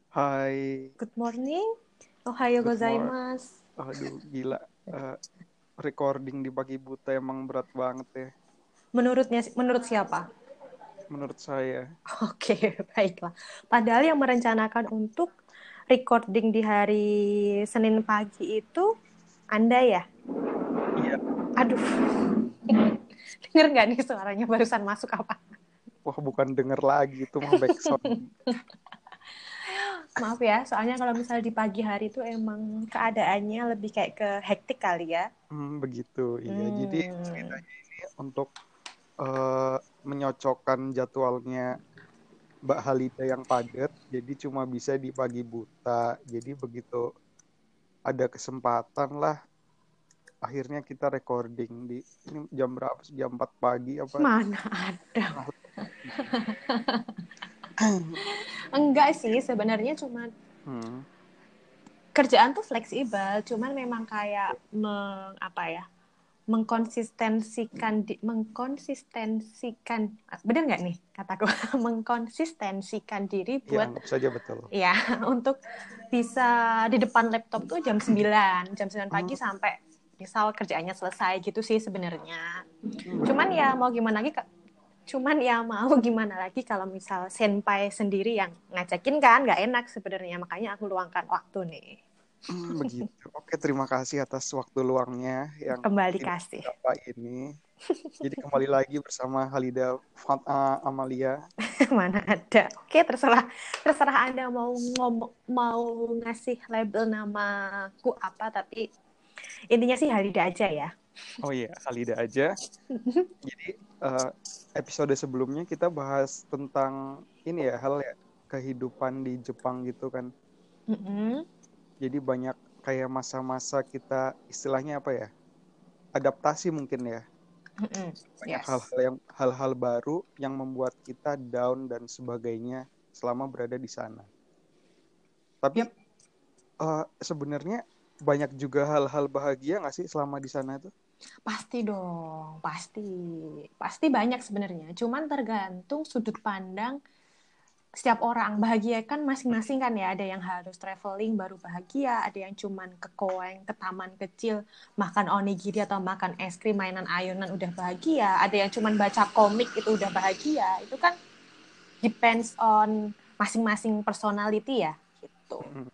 Hai, Good morning. Ohayo good morning. gozaimasu. Aduh, gila. Eh, Recording di pagi buta emang berat banget ya, Menurut siapa? menurut saya. Oke, baiklah. Padahal yang merencanakan untuk recording di hari Senin pagi itu Anda ya? Iya, Aduh, denger nggak nih suaranya barusan masuk apa? wah bukan denger lagi, itu mah backsound. Maaf ya, soalnya kalau misalnya di pagi hari itu emang keadaannya lebih kayak ke hektik kali ya. Begitu, iya. Jadi Hmm. ceritanya ini untuk eh, menyocokkan jadwalnya Mbak Halida yang padat, jadi cuma bisa di pagi buta. Jadi begitu ada kesempatan lah, akhirnya kita recording di ini jam berapa? Sih? Jam 4 pagi apa? Mana ada. Tengah. Enggak sih, sebenarnya cuma Hmm. kerjaan tuh fleksibel, cuman memang kayak apa ya, mengkonsistensikan, bener nggak nih kataku, mengkonsistensikan diri Ya, buat anggap saja betul. ya untuk bisa di depan laptop tuh jam 9 pagi sampai misal kerjaannya selesai gitu sih sebenarnya. Cuman Begitu. ya mau gimana lagi, cuman ya mau gimana lagi kalau misal senpai sendiri yang ngajakin kan nggak enak sebenarnya, makanya aku luangkan waktu nih. Begitu. Oke, terima kasih atas waktu luangnya yang Kembali tidak kasih. berapa ini. Jadi kembali lagi bersama Halida Amalia. Mana ada. Oke, terserah terserah Anda mau mau ngasih label namaku apa, tapi intinya sih Halida aja ya. Oh iya, Halida aja. Jadi eh, episode sebelumnya kita bahas tentang ini ya, hal ya, kehidupan di Jepang gitu kan. Mm-mm. Jadi banyak kayak masa-masa kita istilahnya apa ya? Adaptasi mungkin ya. Mm-mm. Banyak Yes. hal-hal baru yang membuat kita down dan sebagainya selama berada di sana. Tapi Yep. sebenarnya banyak juga hal-hal bahagia nggak sih selama di sana itu? Pasti dong, pasti. Pasti banyak sebenarnya. Cuman tergantung sudut pandang setiap orang. Bahagia kan masing-masing kan ya. Ada yang harus traveling baru bahagia, ada yang cuman ke koeng, ke taman kecil, makan onigiri atau makan es krim, mainan ayunan udah bahagia. Ada yang cuman baca komik itu udah bahagia. Itu kan depends on masing-masing personality ya, gitu. Mm.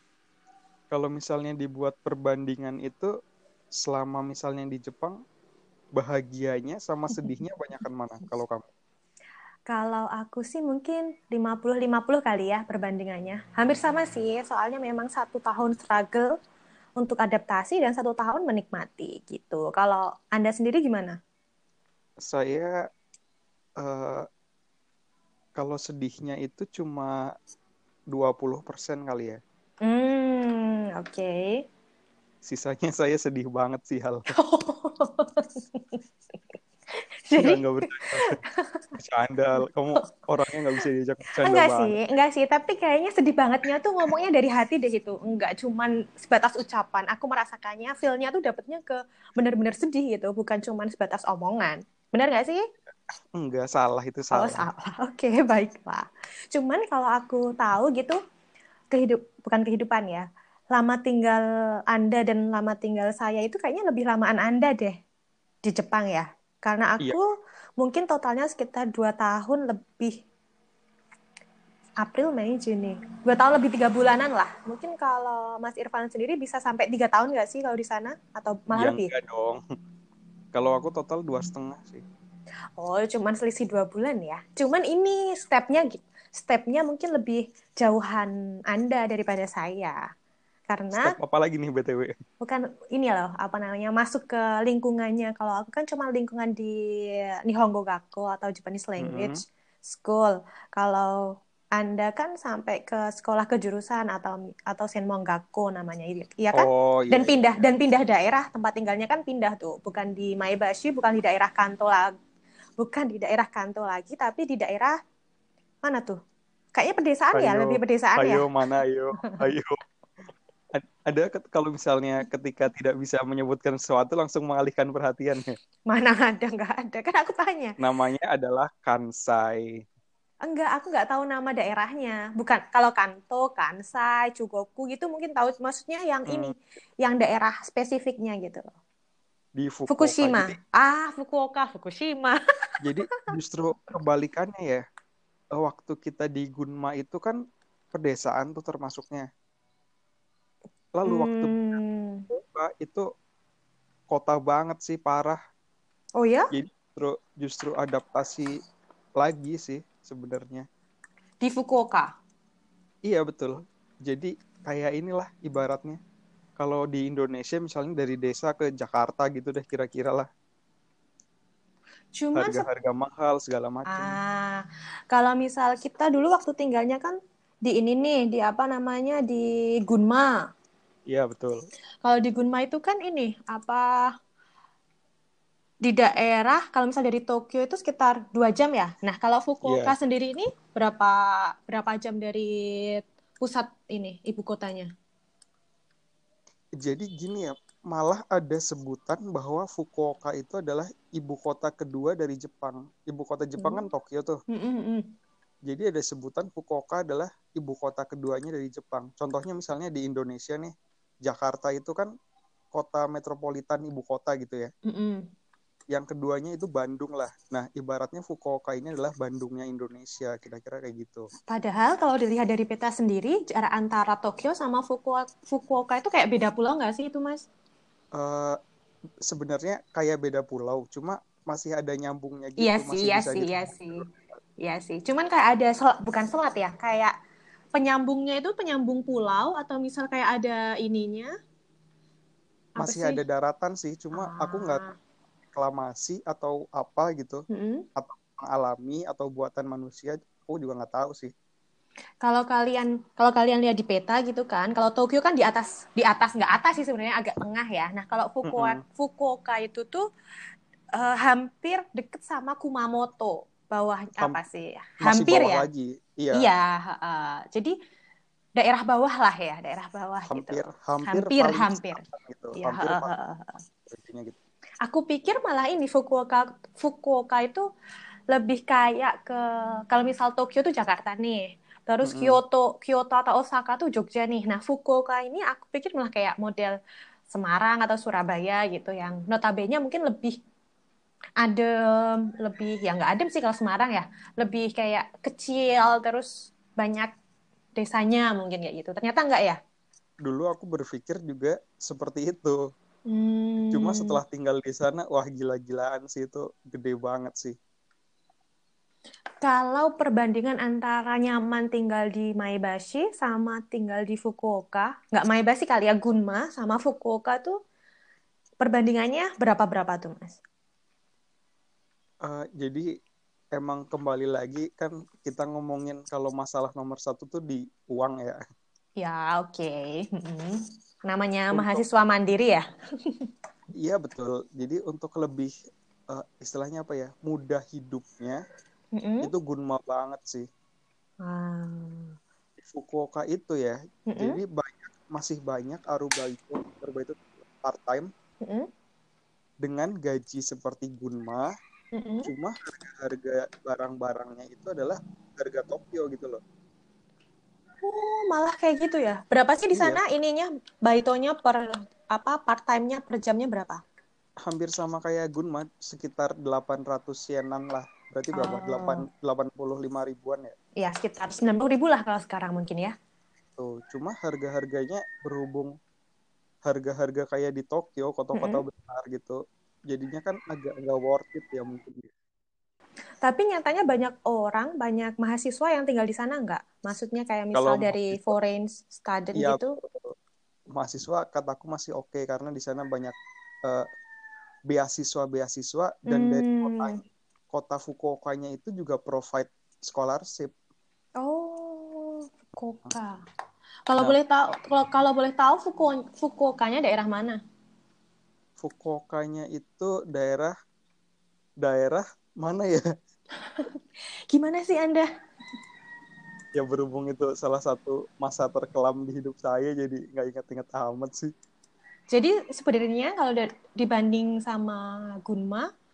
Kalau misalnya dibuat perbandingan itu selama misalnya di Jepang, bahagianya sama sedihnya banyakan mana kalau kamu? Kalau aku sih mungkin 50-50 kali ya perbandingannya. Hampir sama sih, soalnya memang 1 tahun struggle untuk adaptasi dan 1 tahun menikmati gitu. Kalau Anda sendiri gimana? Saya eh, kalau sedihnya itu cuma 20% kali ya. Oke. Okay. Sisanya saya sedih banget sih hal. Jadi Nggak bercanda. Bercanda. Kamu orangnya nggak bisa diajak bercanda banget. enggak sih, tapi kayaknya sedih bangetnya tuh ngomongnya dari hati deh itu. Enggak cuman sebatas ucapan. Aku merasakannya, feel-nya tuh dapetnya ke benar-benar sedih gitu, bukan cuman sebatas omongan. Benar nggak sih? Enggak, salah itu Oh, salah. salah. Oke, baiklah. Cuman kalau aku tahu gitu, bukan kehidupan ya. Lama tinggal Anda dan lama tinggal saya itu kayaknya lebih lamaan Anda deh di Jepang ya. Karena Iya, aku mungkin totalnya sekitar 2 tahun lebih, April, Mei, Juni. 2 tahun lebih 3 bulanan lah. Mungkin kalau Mas Irfan sendiri bisa sampai 3 tahun nggak sih kalau di sana? Atau ya malah lebih? enggak dong. Kalau aku total 2,5 sih. Oh, cuman selisih 2 bulan ya. Cuman ini stepnya mungkin lebih jauhan Anda daripada saya. Step Karena apa lagi nih BTW? bukan ini loh, apa namanya, masuk ke lingkungannya. Kalau aku kan cuma lingkungan di Nihongo Gakko atau Japanese Mm-mm. Language School. Kalau Anda kan sampai ke sekolah kejurusan atau Senmon Gakko namanya, iya kan? Oh iya iya iya. Dan pindah daerah, tempat tinggalnya kan pindah tuh, bukan di Maebashi, bukan di daerah Kanto lagi, bukan di daerah Kanto lagi, tapi di daerah mana tuh? Kayaknya pedesaan ya, Ayo, lebih pedesaan ayo ya. mana ayo, ayo. Ada kalau misalnya ketika tidak bisa menyebutkan sesuatu langsung mengalihkan perhatian ya. Mana ada, nggak ada. Kan aku tanya. Namanya adalah Kansai. Enggak, aku nggak tahu nama daerahnya. Bukan, kalau Kanto, Kansai, Chugoku gitu mungkin tahu. Maksudnya yang Hmm, ini, yang daerah spesifiknya gitu loh. di Fukuoka. Fukushima. Fukuoka, Fukushima. Jadi justru kebalikannya ya. Waktu kita di Gunma itu kan pedesaan tuh termasuknya. Lalu waktu Hmm. Fukuoka itu kota banget sih, parah. Oh ya? Jadi justru adaptasi lagi sih sebenarnya. Di Fukuoka. Iya betul. Jadi kayak inilah ibaratnya. Kalau di Indonesia misalnya dari desa ke Jakarta gitu deh kira-kira lah. Cuman Harga-harga mahal segala macem. kalau misal kita dulu waktu tinggalnya kan di ini nih, di apa namanya, di Gunma. Iya betul. Kalau di Gunma itu kan ini apa, di daerah, kalau misal dari Tokyo itu sekitar 2 jam ya. Nah, kalau Fukuoka Iya. sendiri ini berapa berapa jam dari pusat ini, ibu kotanya? Jadi gini ya, malah ada sebutan bahwa Fukuoka itu adalah ibu kota kedua dari Jepang. Ibu kota Jepang kan Hmm. Tokyo tuh. Hmm, hmm, hmm. Jadi ada sebutan Fukuoka adalah ibu kota keduanya dari Jepang. Contohnya misalnya di Indonesia nih, Jakarta itu kan kota metropolitan ibu kota gitu ya. Hmm, hmm. Yang keduanya itu Bandung lah. Nah, ibaratnya Fukuoka ini adalah Bandungnya Indonesia, kira-kira kayak gitu. Padahal kalau dilihat dari peta sendiri, jarak antara Tokyo sama Fukuoka itu kayak beda pulau nggak sih itu, Mas? Eh Sebenarnya kayak beda pulau, cuma masih ada nyambungnya Iya gitu, sih, masih iya bisa sih, gitu. iya sih. Iya sih. Cuman kayak ada bukan selat ya, kayak penyambungnya itu penyambung pulau atau misal kayak ada ininya, apa Masih sih? ada daratan sih, cuma aku nggak Ah, reklamasi atau apa gitu, mm-mm. atau alami atau buatan manusia, aku juga nggak tahu sih. Kalau kalian lihat di peta gitu kan, kalau Tokyo kan di atas nggak atas sih sebenarnya, agak tengah ya. Nah, kalau Mm-mm. Fukuoka itu tuh hampir deket sama Kumamoto. Bawah Ham- apa sih? Masih Hampir bawah ya? lagi, iya, Iya, jadi daerah bawah lah ya, daerah bawah gitu. hampir hampir Hampir, paling hampir. selatan gitu, Iya, hampir paling intinya gitu. aku pikir malah ini Fukuoka itu lebih kayak ke, kalau misal Tokyo tuh Jakarta nih. Terus Mm-mm. Kyoto atau Osaka tuh Jogja nih. Nah, Fukuoka ini aku pikir malah kayak model Semarang atau Surabaya gitu, yang notabene mungkin lebih adem, lebih ya nggak adem sih kalau Semarang ya, lebih kayak kecil, terus banyak desanya mungkin kayak gitu. Ternyata nggak ya. Dulu aku berpikir juga seperti itu, cuma Hmm, setelah tinggal di sana, wah gila-gilaan sih itu, gede banget sih. kalau perbandingan antara nyaman tinggal di Maebashi sama tinggal di Fukuoka, nggak Maebashi kali ya, Gunma sama Fukuoka tuh perbandingannya berapa-berapa tuh, Mas? Jadi emang kembali lagi kan kita ngomongin kalau masalah nomor satu tuh di uang ya. Ya, oke. Mm-mm. Namanya Untuk mahasiswa mandiri ya? iya betul. Jadi untuk lebih istilahnya apa ya, mudah hidupnya Mm-mm. itu Gunma banget sih. Ah. Di Fukuoka itu ya. Mm-mm. Jadi masih banyak aruba itu part time Mm-mm. dengan gaji seperti Gunma, Mm-mm. cuma harga barang-barangnya itu adalah harga Tokyo gitu loh. Oh, malah kayak gitu ya. Berapa sih di Iya, sana ininya, baitonya per apa, part time-nya per jamnya berapa? hampir sama kayak Gunma, sekitar 800 yenan lah. Berarti berapa? Oh, 85 ribuan ya. ya sekitar 90.000 lah kalau sekarang mungkin ya. Tuh, cuma harga-harganya berhubung harga-harga kayak di Tokyo, kota-kota Mm-mm. besar gitu. Jadinya kan agak nggak worth it ya mungkin. Tapi nyatanya banyak orang, banyak mahasiswa yang tinggal di sana nggak? Maksudnya kayak misal Kalau dari mahasiswa, foreign student ya gitu? mahasiswa kataku masih oke karena di sana banyak eh, beasiswa-beasiswa dan dari Hmm. kota Fukuokanya itu juga provide scholarship. Oh, Fukuoka. Kalau Nah, boleh tahu, kalau boleh tahu Fukuokanya daerah mana? Fukuokanya itu daerah daerah mana ya? Gimana sih Anda? Ya berhubung itu salah satu masa terkelam di hidup saya, jadi nggak ingat-ingat amat sih. Jadi sebenarnya kalau dibanding sama Gunma,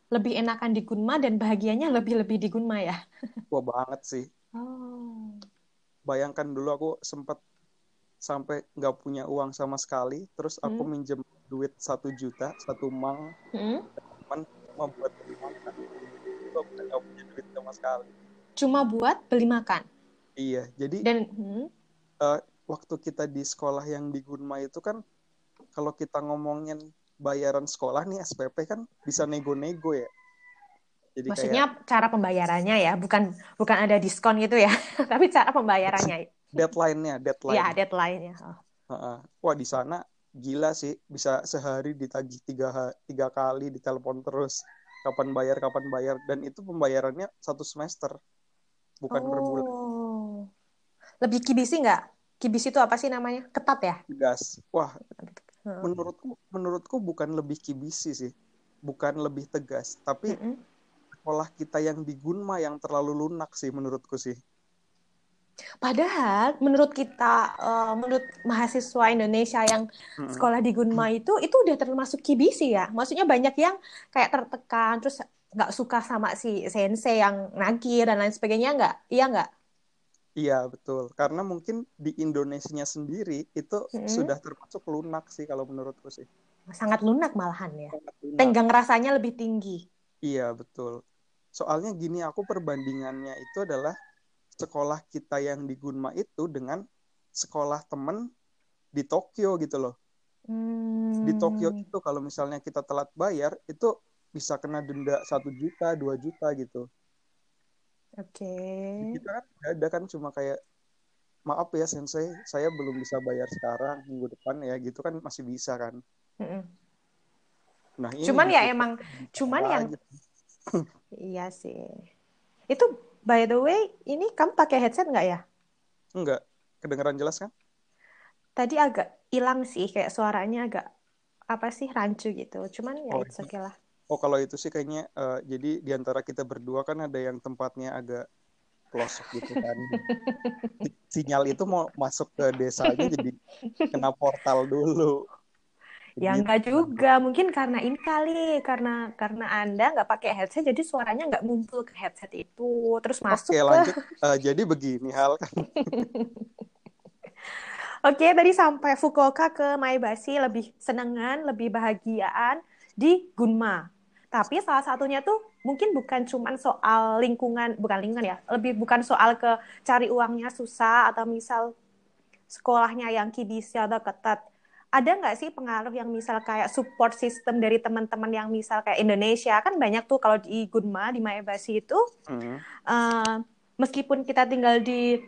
lebih enakan di Gunma dan bahagianya lebih-lebih di Gunma ya. Wah banget sih. Oh. Bayangkan dulu aku sempat sampai nggak punya uang sama sekali, terus aku Hmm. minjem duit 1 juta, 1 mang, Hmm. teman cuma buat beli makan. Itu aku udah nggak punya duit sama sekali. Cuma buat beli makan. Iya, jadi Dan eh, waktu kita di sekolah yang di Gunma itu kan, kalau kita ngomongin bayaran sekolah nih SPP kan bisa nego-nego ya. Jadi kayak maksudnya cara pembayarannya ya, bukan bukan ada diskon gitu ya, tapi cara pembayarannya. deadline-nya, Ya, deadline. deadline-nya. Oh. Heeh. Wah di sana gila sih, bisa sehari ditagih 3 kali, ditelepon terus kapan bayar, dan itu pembayarannya 1 semester, bukan per bulan. Oh. Lebih kibisi nggak? Kibisi itu apa sih namanya? Ketat ya? Gas. Wah, Hmm. menurutku bukan lebih kibisi sih, bukan lebih tegas, tapi Mm-mm. sekolah kita yang di Gunma yang terlalu lunak sih menurutku sih. Padahal menurut kita, menurut mahasiswa Indonesia yang Mm-mm. sekolah di Gunma itu udah termasuk kibisi ya. Maksudnya banyak yang kayak tertekan, terus nggak suka sama si sensei yang nagih dan lain sebagainya nggak? Iya nggak? Iya betul, karena mungkin di Indonesianya sendiri itu Mm-mm. sudah termasuk lunak sih kalau menurutku sih. Sangat lunak malahan ya. Sangat lunak. Tenggang rasanya lebih tinggi. Iya betul. Soalnya gini, aku perbandingannya itu adalah sekolah kita yang di Gunma itu dengan sekolah temen di Tokyo gitu loh. Di Tokyo Hmm, itu kalau misalnya kita telat bayar itu bisa kena denda 1 juta, 2 juta gitu. oke. Di kita kan nggak ada, kan cuma kayak maaf ya sensei, saya belum bisa bayar sekarang, minggu depan ya gitu kan masih bisa kan. Mm-mm. Nah ini Cuman di ya emang, Fukuoka bisa cuman yang lagi. iya sih. Itu by the way, ini kamu pakai headset nggak ya? Enggak, kedengeran jelas kan? Tadi agak hilang sih, kayak suaranya agak apa sih rancu gitu. Cuman ya Oh, it's okay lah. oh kalau itu sih kayaknya jadi di antara kita berdua kan ada yang tempatnya agak pelosok gitu kan. Sinyal itu mau masuk ke desanya jadi kena portal dulu. Ya Gitu. nggak juga, mungkin karena ini kali, karena Anda nggak pakai headset, jadi suaranya nggak ngumpul ke headset itu, terus Oke, masuk ke. lanjut. Jadi begini hal kan. Oke, tadi sampai Fukuoka ke Maebashi lebih senengan, lebih bahagiaan di Gunma. Tapi salah satunya tuh mungkin bukan cuman soal lingkungan, bukan lingkungan ya, lebih bukan soal ke cari uangnya susah atau misal sekolahnya yang kibisi atau ketat. Ada nggak sih pengaruh yang misal kayak support system dari teman-teman yang misal kayak Indonesia, kan banyak tuh kalau di Gunma, di Maebashi itu, Hmm. eh, meskipun kita tinggal di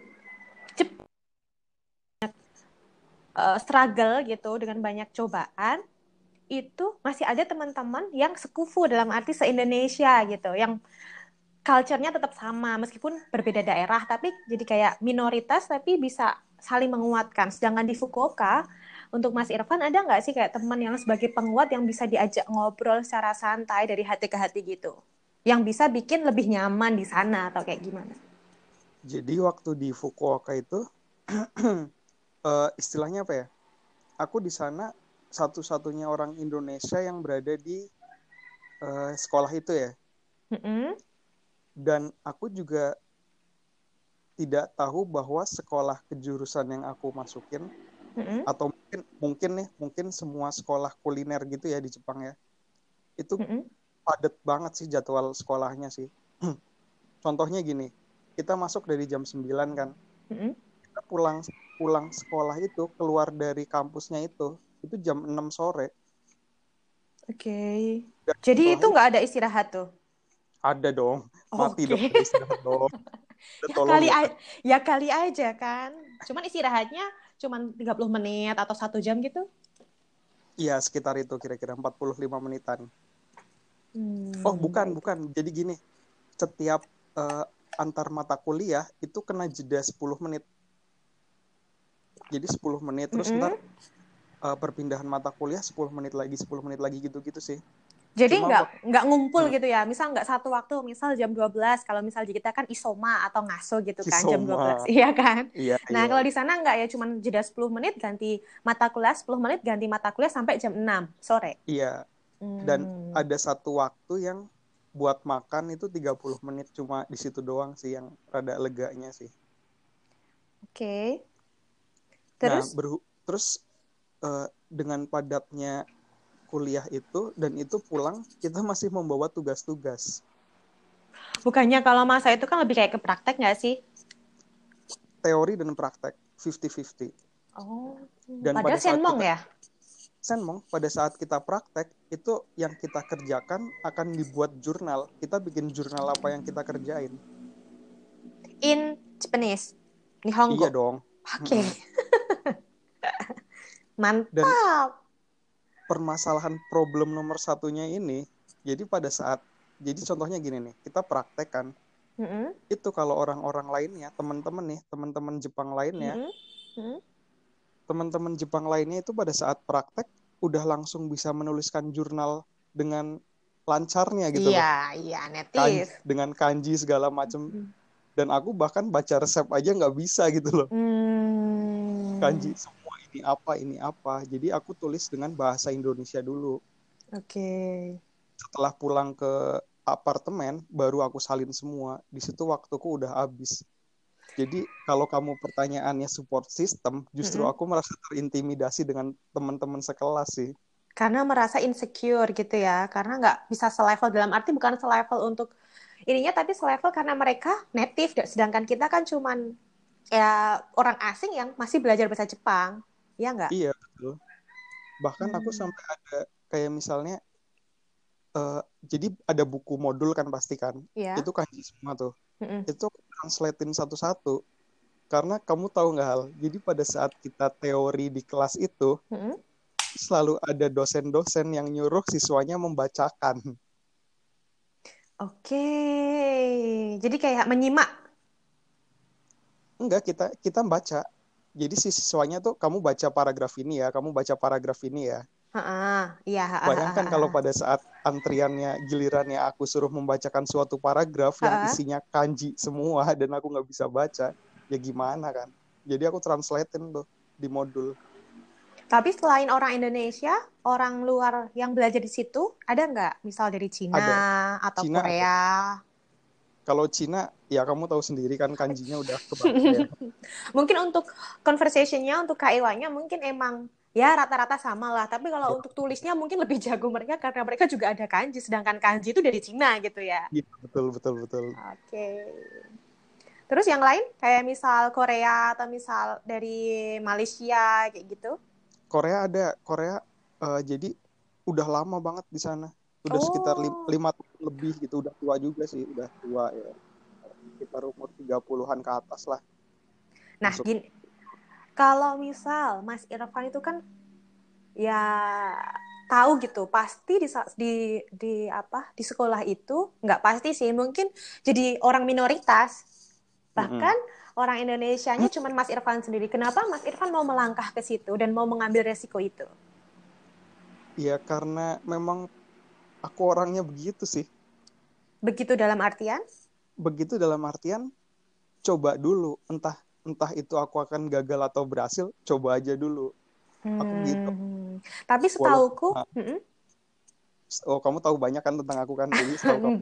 struggle gitu dengan banyak cobaan, itu masih ada teman-teman yang sekufu dalam arti se-Indonesia gitu, yang culture-nya tetap sama meskipun berbeda daerah, tapi jadi kayak minoritas tapi bisa saling menguatkan. Sedangkan di Fukuoka, untuk Mas Irfan ada nggak sih kayak teman yang sebagai penguat yang bisa diajak ngobrol secara santai dari hati ke hati gitu? Yang bisa bikin lebih nyaman di sana atau kayak gimana? Jadi waktu di Fukuoka itu istilahnya apa ya? Aku di sana satu-satunya orang Indonesia yang berada di sekolah itu ya. Mm-mm, Dan aku juga tidak tahu bahwa sekolah kejurusan yang aku masukin, mm-mm, atau mungkin semua sekolah kuliner gitu ya di Jepang ya, itu mm-mm, padat banget sih jadwal sekolahnya sih. Contohnya gini, kita masuk dari jam 9 kan, mm-mm. kita pulang pulang sekolah itu, keluar dari kampusnya itu jam 6 sore. Oke. Dan Jadi itu sekolahnya nggak ada istirahat tuh? ada dong, mati Oke. dong dari istirahat dong. Udah Ya tolong kali ya. ya kali aja kan. Cuman istirahatnya cuman 30 menit atau 1 jam gitu. Iya sekitar itu, kira-kira 45 menitan. Oh bukan Baik. bukan, jadi gini, setiap eh, antar mata kuliah itu kena jeda 10 menit. Jadi 10 menit terus ntar Mm-mm. perpindahan mata kuliah 10 menit lagi, 10 menit lagi gitu-gitu sih. Jadi Cuma nggak ngumpul hmm, gitu ya. Misal nggak satu waktu, misal jam 12. Kalau misal di kita kan isoma atau ngaso gitu kan jam 12. Kisoma. Iya kan? Iya, Nah, iya, kalau di iya. sana nggak ya, cuman jeda 10 menit ganti mata kuliah, 10 menit ganti mata kuliah sampai jam 6 sore. Iya. Dan Hmm. ada satu waktu yang buat makan itu 30 menit, cuma di situ doang sih yang rada leganya sih. Oke. Nah, Terus terus dengan padatnya kuliah itu dan itu pulang kita masih membawa tugas-tugas. bukannya kalau masa itu kan lebih kayak ke praktek nggak sih? Teori dan praktek 50-50. Oh, Dan padahal Sianmong ya? Senmong, pada saat kita praktek, itu yang kita kerjakan akan dibuat jurnal. Kita bikin jurnal apa yang kita kerjain. In Japanese, Iya Nihongo. dong. Oke, Dan mantap. permasalahan problem nomor satunya ini, jadi contohnya gini nih, kita praktek kan, Mm-mm, itu kalau orang-orang lainnya, teman-teman Jepang lainnya, mm-mm, mm-mm. teman-teman Jepang lainnya itu pada saat praktek udah langsung bisa menuliskan jurnal dengan lancarnya gitu Iya, loh. iya, netis. Dengan kanji segala macam. Dan aku bahkan baca resep aja nggak bisa gitu loh. Kanji Hmm, semua ini apa. Jadi aku tulis dengan bahasa Indonesia dulu. oke. Setelah pulang ke apartemen, baru aku salin semua. Di situ waktuku udah habis. Jadi kalau kamu pertanyaannya support system, justru Mm-mm. aku merasa terintimidasi dengan teman-teman sekelas sih. Karena merasa insecure gitu ya, karena nggak bisa selevel dalam arti bukan selevel untuk ininya, tapi selevel karena mereka native, sedangkan kita kan cuman ya orang asing yang masih belajar bahasa Jepang, ya nggak? Iya, betul. Bahkan aku Hmm. sampai ada kayak misalnya, jadi ada buku modul kan pasti kan. Ya. Itu kanji semua tuh. Mm-mm. Itu aku translatein satu-satu. Karena kamu tahu nggak hal, jadi pada saat kita teori di kelas itu, Mm-mm. selalu ada dosen-dosen yang nyuruh siswanya membacakan. Oke, jadi kayak menyimak. Enggak, kita baca. Jadi si siswanya tuh, kamu baca paragraf ini ya, kamu baca paragraf ini ya. Heeh, iya, heeh, Bayangkan heeh, kalau heeh. pada saat gilirannya aku suruh membacakan suatu paragraf yang Heeh. isinya kanji semua dan aku nggak bisa baca, ya gimana kan? Jadi aku translatein tuh di modul. Tapi selain orang Indonesia, orang luar yang belajar di situ ada nggak? Misal dari Cina Ada. atau Cina ada. Korea? Kalau Cina, ya kamu tahu sendiri kan kanjinya udah kebaca ya. Mungkin untuk conversation-nya, untuk KIW-nya mungkin emang ya rata-rata sama lah. Tapi kalau Ya, untuk tulisnya mungkin lebih jago mereka karena mereka juga ada kanji, sedangkan kanji itu dari Cina gitu ya. gitu, betul, betul, betul. Oke. Terus yang lain kayak misal Korea atau misal dari Malaysia kayak gitu. Korea ada. Korea, jadi udah lama banget di sana. Udah sekitar Oh. 5 tahun lebih gitu. Udah tua juga sih. Udah tua ya. Sekitar umur 30-an ke atas lah. Nah, Masuk. gini, kalau misal Mas Irfan itu kan ya tahu gitu pasti di apa di sekolah itu nggak pasti sih mungkin jadi orang minoritas Mm-mm. bahkan orang Indonesianya cuma Mas Irfan sendiri. Kenapa Mas Irfan mau melangkah ke situ dan mau mengambil resiko itu? Ya karena memang aku orangnya begitu sih. Begitu dalam artian? Begitu dalam artian, coba dulu. Entah entah itu aku akan gagal atau berhasil, coba aja dulu. Aku gitu. Tapi Walaupun, setauku, oh kamu tahu banyak kan tentang aku kan, jadi setahu kamu.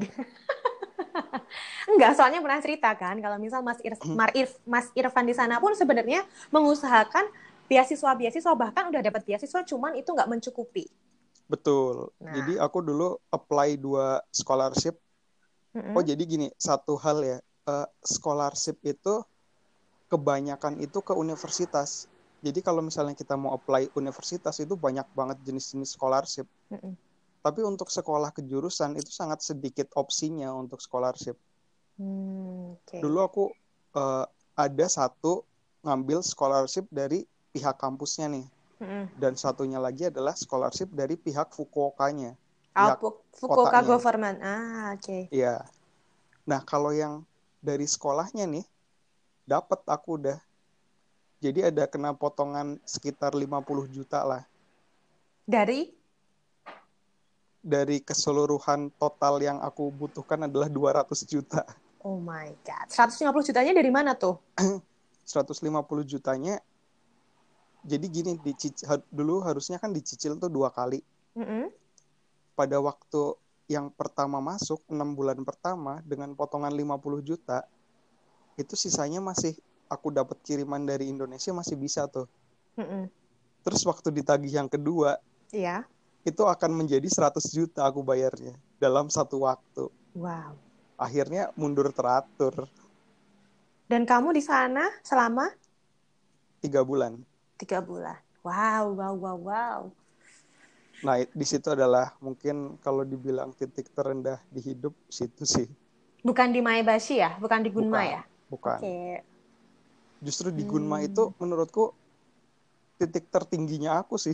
enggak, soalnya pernah cerita kan kalau misal Mas Irfan di sana pun sebenarnya mengusahakan beasiswa bahkan udah dapat beasiswa cuman itu nggak mencukupi. Betul. Jadi Nah, aku dulu apply 2 scholarship. Oh mm-mm, jadi gini, satu hal ya, scholarship itu kebanyakan itu ke universitas. Jadi kalau misalnya kita mau apply universitas itu banyak banget jenis-jenis scholarship. mm-mm. Tapi untuk sekolah kejurusan itu sangat sedikit opsinya untuk scholarship. Oke. Dulu aku eh, ada satu ngambil scholarship dari pihak kampusnya nih. Mm-mm. Dan satunya lagi adalah scholarship dari pihak Fukuokanya, Oh, pihak Fukuoka kotanya. Government. Ah, oke. Okay. Iya. Nah, kalau yang dari sekolahnya nih, dapat aku udah. Jadi ada kena potongan sekitar 50 juta lah. Dari Dari keseluruhan total yang aku butuhkan adalah 200 juta. Oh my God. 150 jutanya dari mana tuh? 150 jutanya, jadi gini, dulu harusnya kan dicicil tuh 2 kali. Mm-mm. Pada waktu yang pertama masuk 6 bulan pertama dengan potongan 50 juta, itu sisanya masih aku dapat kiriman dari Indonesia masih bisa tuh. Mm-mm. Terus waktu ditagih yang kedua, Iya. itu akan menjadi 100 juta aku bayarnya dalam satu waktu. Wow. Akhirnya mundur teratur Dan kamu di sana selama 3 bulan. 3 bulan. Wow, wow, wow, wow. Nah, di situ adalah mungkin kalau dibilang titik terendah di hidup, situ sih. Bukan di Maebashi ya? Bukan di Gunma Bukan, ya? bukan. Oke. Justru di Gunma itu Hmm. menurutku titik tertingginya aku sih.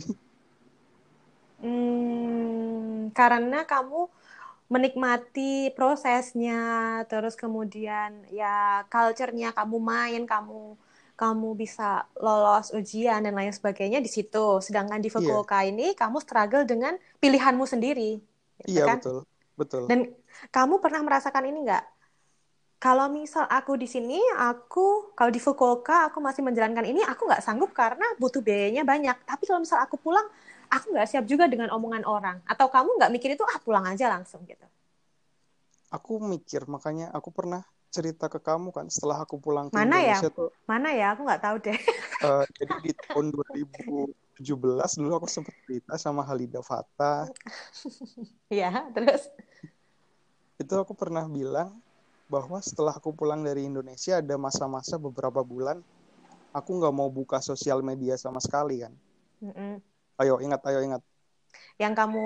Karena kamu menikmati prosesnya, terus kemudian ya culture-nya kamu main, kamu kamu bisa lolos ujian dan lain sebagainya di situ. Sedangkan di Iya, Fukuoka ini kamu struggle dengan pilihanmu sendiri, gitu iya kan? betul, betul. Dan kamu pernah merasakan ini nggak? Kalau misal aku di sini, kalau di Fukuoka aku masih menjalankan ini, aku nggak sanggup karena butuh biayanya banyak. Tapi kalau misal aku pulang, aku nggak siap juga dengan omongan orang. Atau kamu nggak mikir itu, pulang aja langsung gitu. Aku mikir, makanya aku pernah cerita ke kamu kan setelah aku pulang ke Mana ya? Indonesia tuh, Mana ya? Aku nggak tahu deh. jadi di tahun 2017 dulu aku sempat cerita sama Halida Fatah. Ya, terus. Itu aku pernah bilang bahwa setelah aku pulang dari Indonesia ada masa-masa beberapa bulan aku nggak mau buka sosial media sama sekali kan. Mm-mm. Ayo ingat. Yang kamu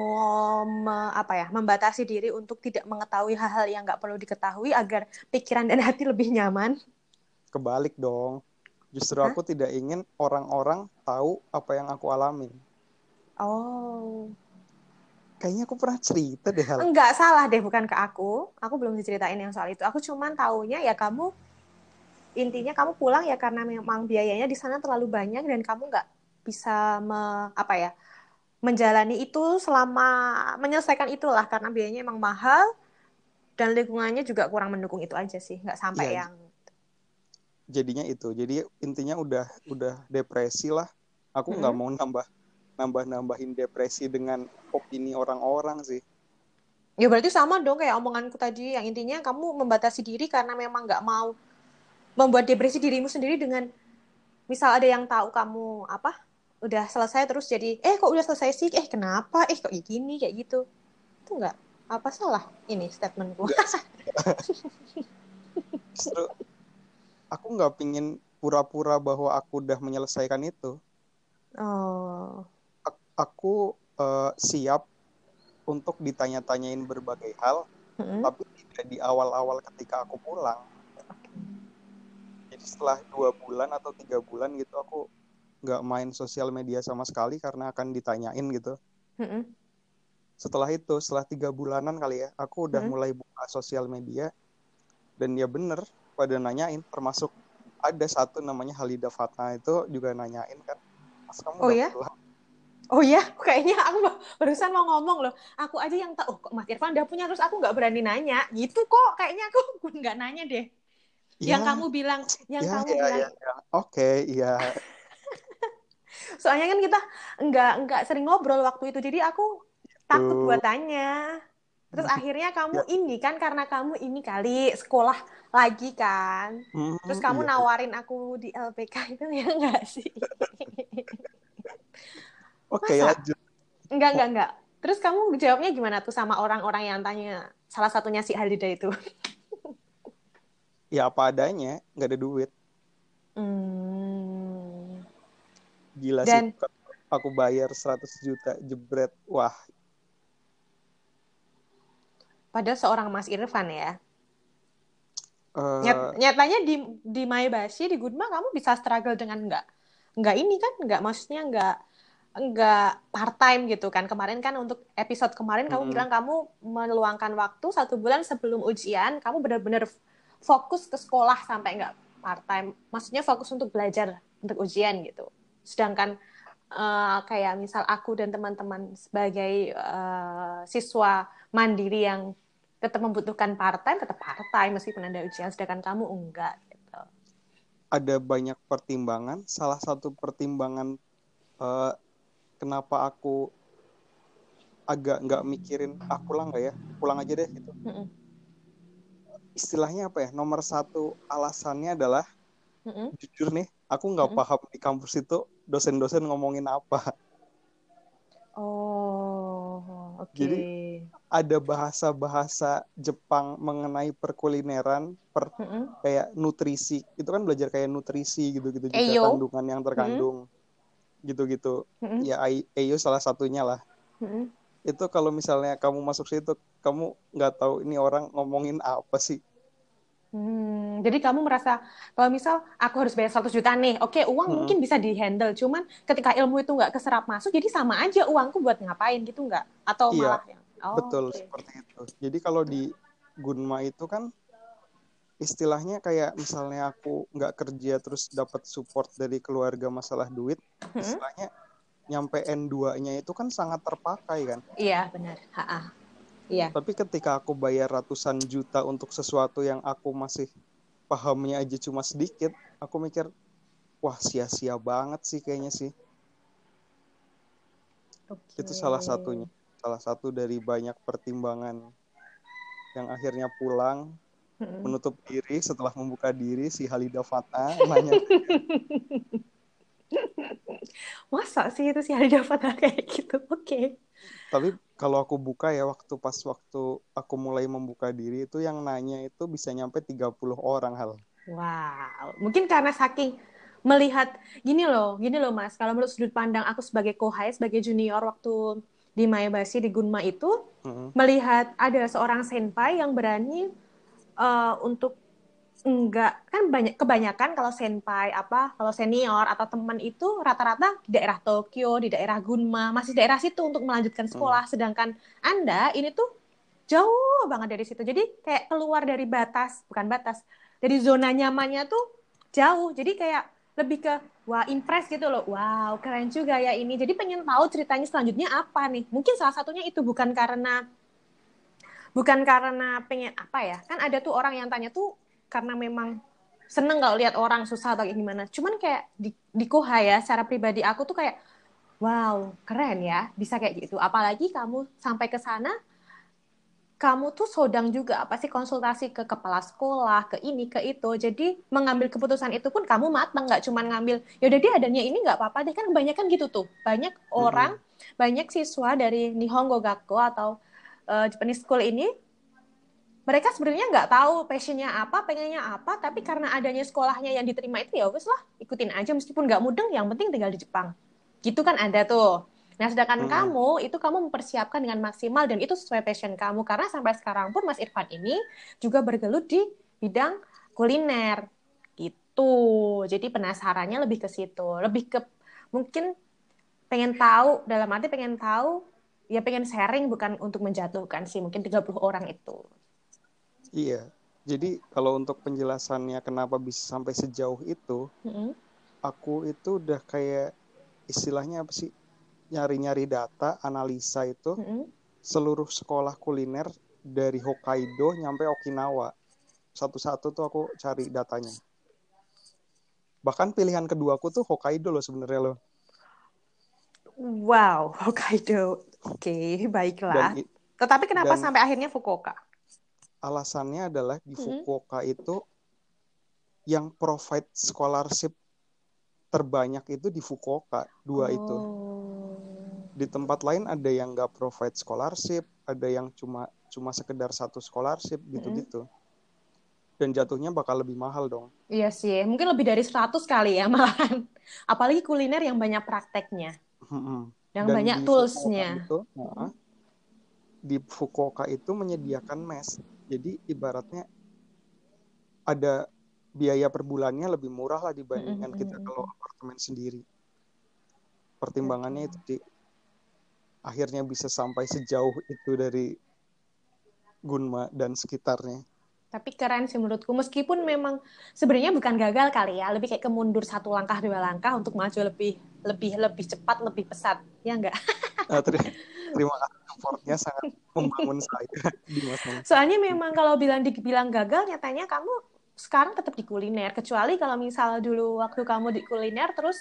membatasi diri untuk tidak mengetahui hal-hal yang nggak perlu diketahui agar pikiran dan hati lebih nyaman. Kebalik dong. Justru Hah? aku tidak ingin orang-orang tahu apa yang aku alamin. Oh. Kayaknya aku pernah cerita deh hal. Enggak salah deh, bukan ke aku. Aku belum diceritain yang soal itu. Aku cuman taunya ya kamu intinya kamu pulang ya karena memang biayanya di sana terlalu banyak dan kamu nggak bisa menjalani itu selama menyelesaikan itulah karena biayanya emang mahal dan lingkungannya juga kurang mendukung itu aja sih, nggak sampai Iya, yang jadinya itu. Jadi intinya udah depresi lah. Aku nggak mm-mm. mau nambahin depresi dengan opini orang-orang sih. Ya berarti sama dong kayak omonganku tadi yang intinya kamu membatasi diri karena memang nggak mau membuat depresi dirimu sendiri dengan misal ada yang tahu kamu udah selesai terus jadi kok udah selesai sih kenapa kok gini kayak gitu itu nggak apa salah ini statementku. Enggak sih. Justru aku nggak pingin pura-pura bahwa aku udah menyelesaikan itu. Oh. Aku siap untuk ditanya-tanyain berbagai hal, Mm-mm. tapi tidak di awal-awal ketika aku pulang. Jadi setelah 2 bulan atau 3 bulan gitu, aku nggak main sosial media sama sekali karena akan ditanyain gitu. Mm-mm. Setelah 3 bulanan kali ya, aku udah Mm-mm. mulai buka sosial media dan ya bener pada nanyain, termasuk ada satu namanya Halida Fatna itu juga nanyain kan, Mas kamu Oh udah ya. pulang? Oh ya, kayaknya aku barusan mau ngomong loh. Aku aja yang tahu, kok Mas Irfan udah punya, terus aku nggak berani nanya. Gitu kok, kayaknya aku nggak nanya deh. Yang Ya, kamu bilang, yang ya, kamu ya, bilang. ya, ya. Oke, ya, Soalnya kan kita nggak sering ngobrol waktu itu, jadi aku takut buat tuh. tanya. Terus akhirnya Ya, kamu ini kan karena kamu ini kali sekolah lagi kan. Terus kamu iya, iya. nawarin aku di LPK itu ya enggak sih? Oke, Masa? lanjut. Enggak. Terus kamu jawabnya gimana tuh sama orang-orang yang tanya salah satunya si Halida itu? Ya apa adanya, nggak ada duit. Hmm. Gila sih, Dan kalau aku bayar 100 juta jebret. Wah, pada seorang Mas Irfan ya. eh Nyatanya di Maebashi di Gunma kamu bisa struggle dengan nggak ini kan nggak maksudnya nggak part time gitu kan kemarin kan untuk episode kemarin kamu mm, bilang kamu meluangkan waktu 1 bulan sebelum ujian kamu benar-benar fokus ke sekolah sampai nggak part time maksudnya fokus untuk belajar untuk ujian gitu sedangkan kayak misal aku dan teman-teman sebagai siswa mandiri yang tetap membutuhkan part time meskipun ada ujian sedangkan kamu enggak gitu. ada banyak pertimbangan. Salah satu pertimbangan eh, kenapa aku agak nggak mikirin pulang nggak ya, pulang aja deh gitu. Mm-mm. Istilahnya apa ya? Nomor satu alasannya adalah Mm-mm. jujur nih, aku nggak Mm-mm. paham di kampus itu dosen-dosen ngomongin apa. Oh, oke. Jadi ada bahasa-bahasa Jepang mengenai perkulineran, Mm-mm. kayak nutrisi. Itu kan belajar kayak nutrisi gitu-gitu juga, Eyo. kandungan yang Mm-mm. terkandung gitu-gitu. Mm-mm. Ya EU salah satunya lah. Mm-mm. Itu kalau misalnya kamu masuk situ, kamu nggak tahu ini orang ngomongin apa sih. Jadi kamu merasa kalau misal aku harus bayar 100 juta nih, oke uang Mm-mm. mungkin bisa dihandle, cuman ketika ilmu itu nggak keserap masuk, jadi sama aja uangku buat ngapain gitu nggak? Atau Iya, malah yang, oh, betul oke. seperti itu. Jadi kalau di Gunma itu kan istilahnya kayak misalnya aku nggak kerja terus dapat support dari keluarga masalah duit, Hmm? istilahnya nyampe N2-nya itu kan sangat terpakai kan. Iya benar, ha, iya. Tapi ketika aku bayar ratusan juta untuk sesuatu yang aku masih pahamnya aja cuma sedikit, aku mikir, wah sia-sia banget sih kayaknya sih. Oke. Itu salah satunya. Salah satu dari banyak pertimbangan yang akhirnya pulang, Mm-mm. menutup diri. Setelah membuka diri, si Halida Fatna nanya, Masa sih itu sih ada dapat kayak gitu? Oke. tapi kalau aku buka ya waktu aku mulai membuka diri itu yang nanya itu bisa nyampe 30 orang hal. Wow, mungkin karena saking melihat gini loh Mas. Kalau menurut sudut pandang aku sebagai kohai, sebagai junior waktu di Maebasi di Gunma itu, Mm-mm. melihat ada seorang senpai yang berani untuk enggak kan banyak kebanyakan kalau senpai apa kalau senior atau teman itu rata-rata di daerah Tokyo, di daerah Gunma, masih daerah situ untuk melanjutkan Mm. sekolah. Sedangkan Anda ini tuh jauh banget dari situ. Jadi kayak keluar dari batas, bukan batas, dari zona nyamannya tuh jauh. Jadi kayak lebih ke wah impress gitu loh. Wow, keren juga ya ini. Jadi pengen tahu ceritanya selanjutnya apa nih. Mungkin salah satunya itu bukan karena pengen apa ya. Kan ada tuh orang yang tanya tuh karena memang seneng kalau lihat orang susah atau gimana. Cuman kayak di Koha ya, secara pribadi aku tuh kayak wow, keren ya, bisa kayak gitu. Apalagi kamu sampai ke sana kamu tuh sodang juga apa sih konsultasi ke kepala sekolah, ke ini, ke itu. Jadi mengambil keputusan itu pun kamu matang, nggak cuma ngambil, ya udah dia adanya ini nggak apa-apa deh. Kan kebanyakan gitu tuh. Banyak orang, Mm-mm. banyak siswa dari Nihongo Gakko atau Japanese School ini, mereka sebenarnya nggak tahu passionnya apa, pengennya apa, tapi karena adanya sekolahnya yang diterima itu ya wes lah, ikutin aja meskipun nggak mudeng, yang penting tinggal di Jepang. Gitu kan ada tuh. Nah, sedangkan Mm-mm. kamu, itu kamu mempersiapkan dengan maksimal dan itu sesuai passion kamu. Karena sampai sekarang pun Mas Irfan ini juga bergelut di bidang kuliner. Gitu. Jadi penasarannya lebih ke situ. Lebih ke mungkin pengen tahu, dalam arti pengen tahu, ya pengen sharing bukan untuk menjatuhkan sih. Mungkin 30 orang itu. Iya. Jadi kalau untuk penjelasannya kenapa bisa sampai sejauh itu, Mm-mm. aku itu udah kayak istilahnya apa sih? Nyari-nyari data, analisa itu Mm-mm. seluruh sekolah kuliner dari Hokkaido nyampe Okinawa. Satu-satu tuh aku cari datanya. Bahkan pilihan keduaku tuh Hokkaido loh sebenarnya loh. Wow, Hokkaido. Oke, Dan baiklah. Tetapi kenapa dan sampai akhirnya Fukuoka? alasannya adalah di Mm-mm. Fukuoka itu yang provide scholarship terbanyak itu di Fukuoka, dua itu. Oh. Di tempat lain ada yang nggak provide scholarship, ada yang cuma cuma sekedar satu scholarship Mm-mm. gitu-gitu. Dan jatuhnya bakal lebih mahal dong. Iya sih, mungkin lebih dari 100 kali ya malahan. Apalagi kuliner yang banyak prakteknya, yang Dan banyak di Fukuoka toolsnya. itu, di Fukuoka itu menyediakan mes. Jadi ibaratnya ada biaya per bulannya lebih murah lah dibandingkan kita kalau Mm-mm. apartemen sendiri. Oke. Pertimbangannya itu sih akhirnya bisa sampai sejauh itu dari Gunma dan sekitarnya. Tapi keren sih menurutku, meskipun memang sebenarnya bukan gagal kali ya, lebih kayak kemundur satu langkah dua langkah untuk maju lebih lebih lebih cepat, lebih pesat, ya enggak? Nah, terima kasih supportnya sangat membangun saya di masa-masa Soalnya itu. memang kalau dibilang gagal, nyatanya kamu sekarang tetap di kuliner. Kecuali kalau misal dulu waktu kamu di kuliner, terus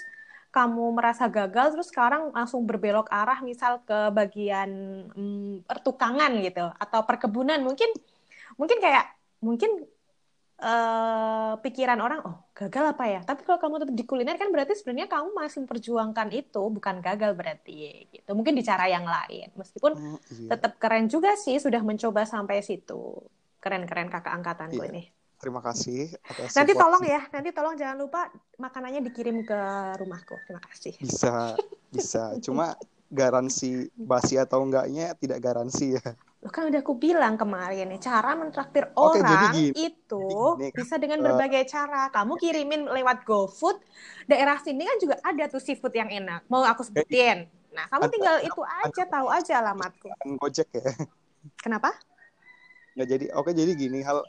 kamu merasa gagal terus sekarang langsung berbelok arah misal ke bagian pertukangan gitu atau perkebunan mungkin kayak mungkin pikiran orang oh gagal apa ya tapi kalau kamu tetap di kuliner kan berarti sebenarnya kamu masih memperjuangkan itu bukan gagal berarti gitu mungkin di cara yang lain meskipun Iya, tetap keren juga sih sudah mencoba sampai situ keren-keren kakak angkatanku iya. ini. Terima kasih atas Nanti support. tolong ya, nanti tolong jangan lupa makanannya dikirim ke rumahku. Terima kasih. Bisa, bisa. Cuma garansi basi atau enggaknya tidak garansi ya. Loh kan udah aku bilang kemarin nih, cara mentraktir Oke, orang itu jadi gini kan. bisa dengan Eh, berbagai cara. Kamu kirimin lewat GoFood, daerah sini kan juga ada tuh seafood yang enak. Mau aku jadi sebutin. Nah, kamu tinggal ada itu ada aja, tahu aja alamatku. perusahaan Gojek ya. Kenapa? Nggak jadi. Oke, jadi gini hal.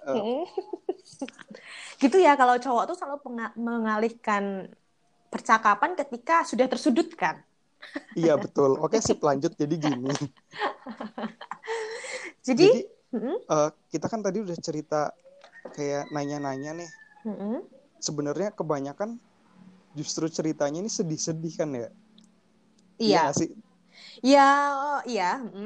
Gitu ya, kalau cowok tuh selalu mengalihkan percakapan ketika sudah tersudutkan. Iya betul. Oke, sip lanjut. Jadi gini. Jadi, Jadi kita kan tadi udah cerita kayak nanya-nanya nih. Sebenarnya kebanyakan justru ceritanya ini sedih-sedih kan ya? Iya iya. nggak sih? Iya, iya.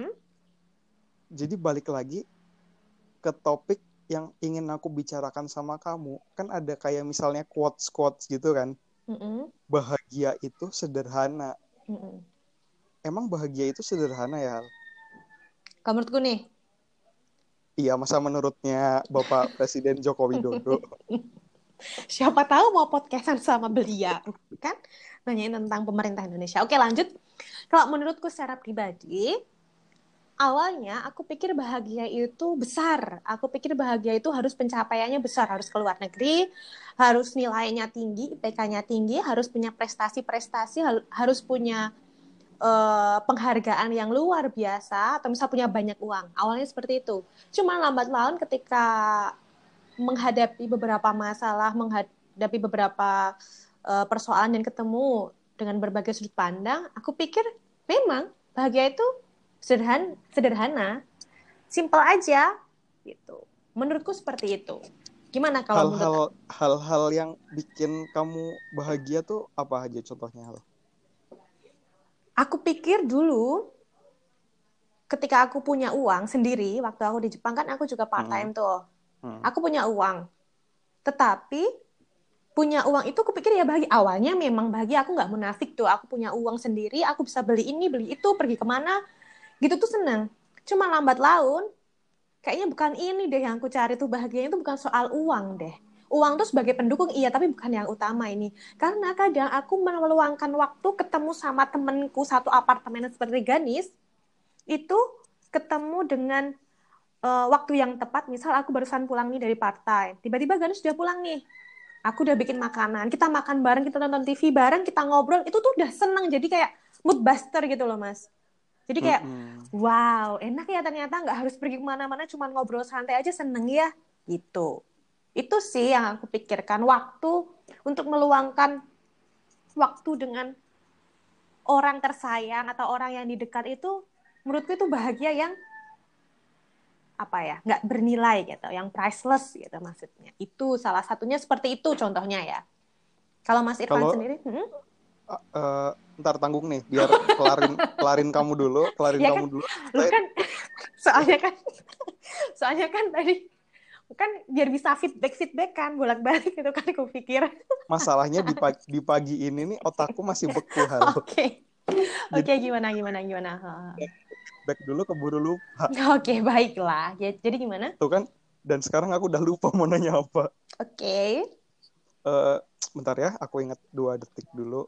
Jadi balik lagi ke topik yang ingin aku bicarakan sama kamu. Kan ada kayak misalnya quotes-quotes gitu kan. Bahagia itu sederhana. Emang bahagia itu sederhana ya, Hal? Kalau menurutku nih, Iya, masa menurutnya Bapak Presiden Joko Widodo? siapa tahu mau podcastan sama beliau, kan? Nanyain tentang pemerintah Indonesia. Oke, lanjut. Kalau menurutku secara pribadi, awalnya aku pikir bahagia itu besar. Aku pikir bahagia itu harus pencapaiannya besar, harus ke luar negeri, harus nilainya tinggi, IPK-nya tinggi, harus punya prestasi-prestasi, harus punya penghargaan yang luar biasa, atau misal punya banyak uang. Awalnya seperti itu. Cuma lambat laun ketika menghadapi beberapa masalah, menghadapi beberapa persoalan dan ketemu dengan berbagai sudut pandang, aku pikir memang bahagia itu sederhana, simple aja gitu. Menurutku seperti itu. Gimana kalau menurut Hal-hal yang bikin kamu bahagia tuh apa aja contohnya, Hal? aku pikir dulu ketika aku punya uang sendiri, waktu aku di Jepang kan aku juga part Hmm, time tuh. hmm, Aku punya uang, tetapi punya uang itu aku pikir ya bahagia. Awalnya memang bahagia, aku nggak munafik tuh. Aku punya uang sendiri, aku bisa beli ini, beli itu, pergi kemana, gitu tuh seneng. Cuma lambat laun, kayaknya bukan ini deh yang aku cari tuh bahagia itu bukan soal uang deh. Uang tuh sebagai pendukung iya, tapi bukan yang utama ini. Karena kadang aku meluangkan waktu ketemu sama temenku satu apartemen seperti Ganis, itu ketemu dengan waktu yang tepat. Misal aku barusan pulang nih dari part time, tiba-tiba Ganis sudah pulang nih. Aku udah bikin makanan, kita makan bareng, kita nonton TV bareng, kita ngobrol, itu tuh udah seneng. Jadi kayak mood buster gitu loh, Mas. Jadi hmm, kayak, hmm. wow, enak ya ternyata nggak harus pergi kemana-mana, cuma ngobrol santai aja seneng ya, gitu. Itu sih yang aku pikirkan, waktu untuk meluangkan waktu dengan orang tersayang atau orang yang di dekat itu, menurutku itu bahagia yang apa ya, nggak bernilai gitu, yang priceless gitu maksudnya. Itu salah satunya seperti itu contohnya ya. Kalau Mas Irfan Kalau sendiri, ntar tanggung nih, biar kelarin kelarin kamu dulu, kelarin ya kamu kan, dulu. lu Saya kan soalnya kan soalnya kan tadi kan biar bisa feedback kan bolak-balik gitu kan aku pikir. masalahnya di pagi ini nih otakku masih beku, Hal. Oke. Jadi Oke, gimana. back dulu keburu lupa. Oke, baiklah. Ya, jadi gimana? Tuh kan, dan sekarang aku udah lupa mau nanya apa. Oke. Eh, Bentar ya, aku ingat 2 detik dulu.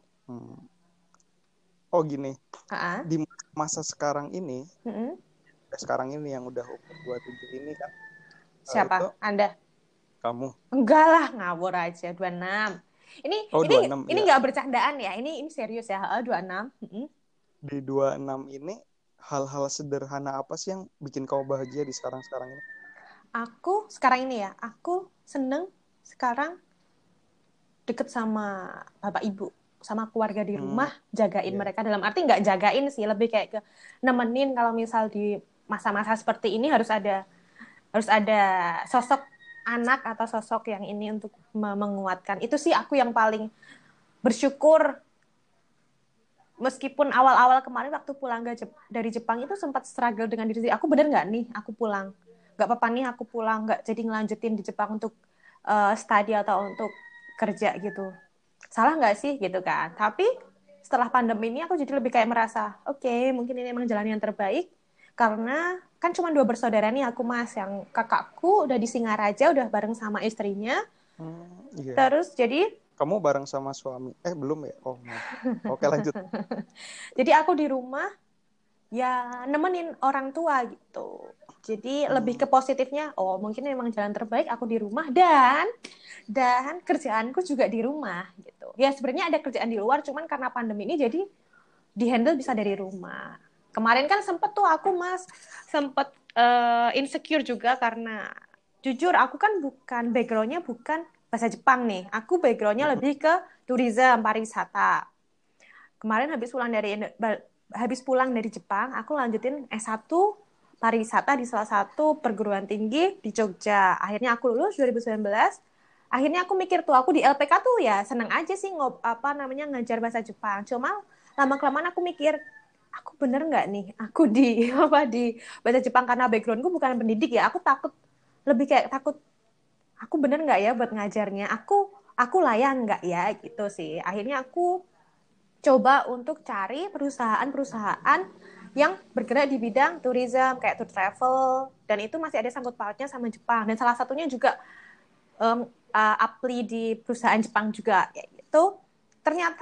Oh gini, Ah, di masa mm-mm. sekarang ini yang udah umur 27 ini kan, itu Siapa? Anda? kamu. Enggak lah, ngawur aja 26. Ini Oh ini 26 ini ya. nggak bercandaan ya. Ini serius ya. 26. Mm-mm. Di 26 ini hal-hal sederhana apa sih yang bikin kau bahagia di sekarang-sekarang ini? Aku sekarang ini ya, aku seneng sekarang deket sama bapak ibu, sama keluarga di Hmm, rumah, jagain ya. mereka, dalam arti nggak jagain sih, lebih kayak ke nemenin. Kalau misal di masa-masa seperti ini harus ada sosok anak atau sosok yang ini untuk menguatkan. Itu sih aku yang paling bersyukur meskipun awal-awal kemarin waktu pulang dari Jepang itu sempat struggle dengan diri sendiri. Aku bener nggak nih aku pulang? Nggak apa-apa nih aku pulang, nggak jadi ngelanjutin di Jepang untuk study atau untuk kerja gitu. Salah nggak sih gitu kan? Tapi setelah pandemi ini aku jadi lebih kayak merasa, oke, mungkin ini emang jalan yang terbaik. Karena kan cuma 2 bersaudara nih aku Mas. Yang kakakku udah di Singaraja, udah bareng sama istrinya. Iya. Terus jadi Kamu bareng sama suami? Belum ya? Oh, maaf. Oke, lanjut. jadi aku di rumah ya nemenin orang tua gitu. Jadi lebih ke positifnya, oh mungkin memang jalan terbaik aku di rumah dan kerjaanku juga di rumah gitu. Ya sebenarnya ada kerjaan di luar, cuman karena pandemi ini jadi dihandle bisa dari rumah. Kemarin kan sempet tuh aku Mas sempet insecure juga karena jujur aku kan bukan backgroundnya bukan bahasa Jepang nih. Aku backgroundnya lebih ke tourism pariwisata. Kemarin habis pulang dari Jepang, aku lanjutin S1 pariwisata di salah satu perguruan tinggi di Jogja. Akhirnya aku lulus 2019. Akhirnya aku mikir tuh, aku di LPK tuh ya seneng aja sih ngajar bahasa Jepang. Cuma lama-kelamaan aku mikir, aku bener nggak nih aku di di bahasa Jepang karena backgroundku bukan pendidik ya. Aku takut lebih kayak takut aku bener nggak ya buat ngajarnya. Aku layak nggak ya gitu sih. Akhirnya aku coba untuk cari perusahaan-perusahaan yang bergerak di bidang tourism kayak tour travel dan itu masih ada sangkut pautnya sama Jepang dan salah satunya juga apply di perusahaan Jepang juga kayak gitu. Ternyata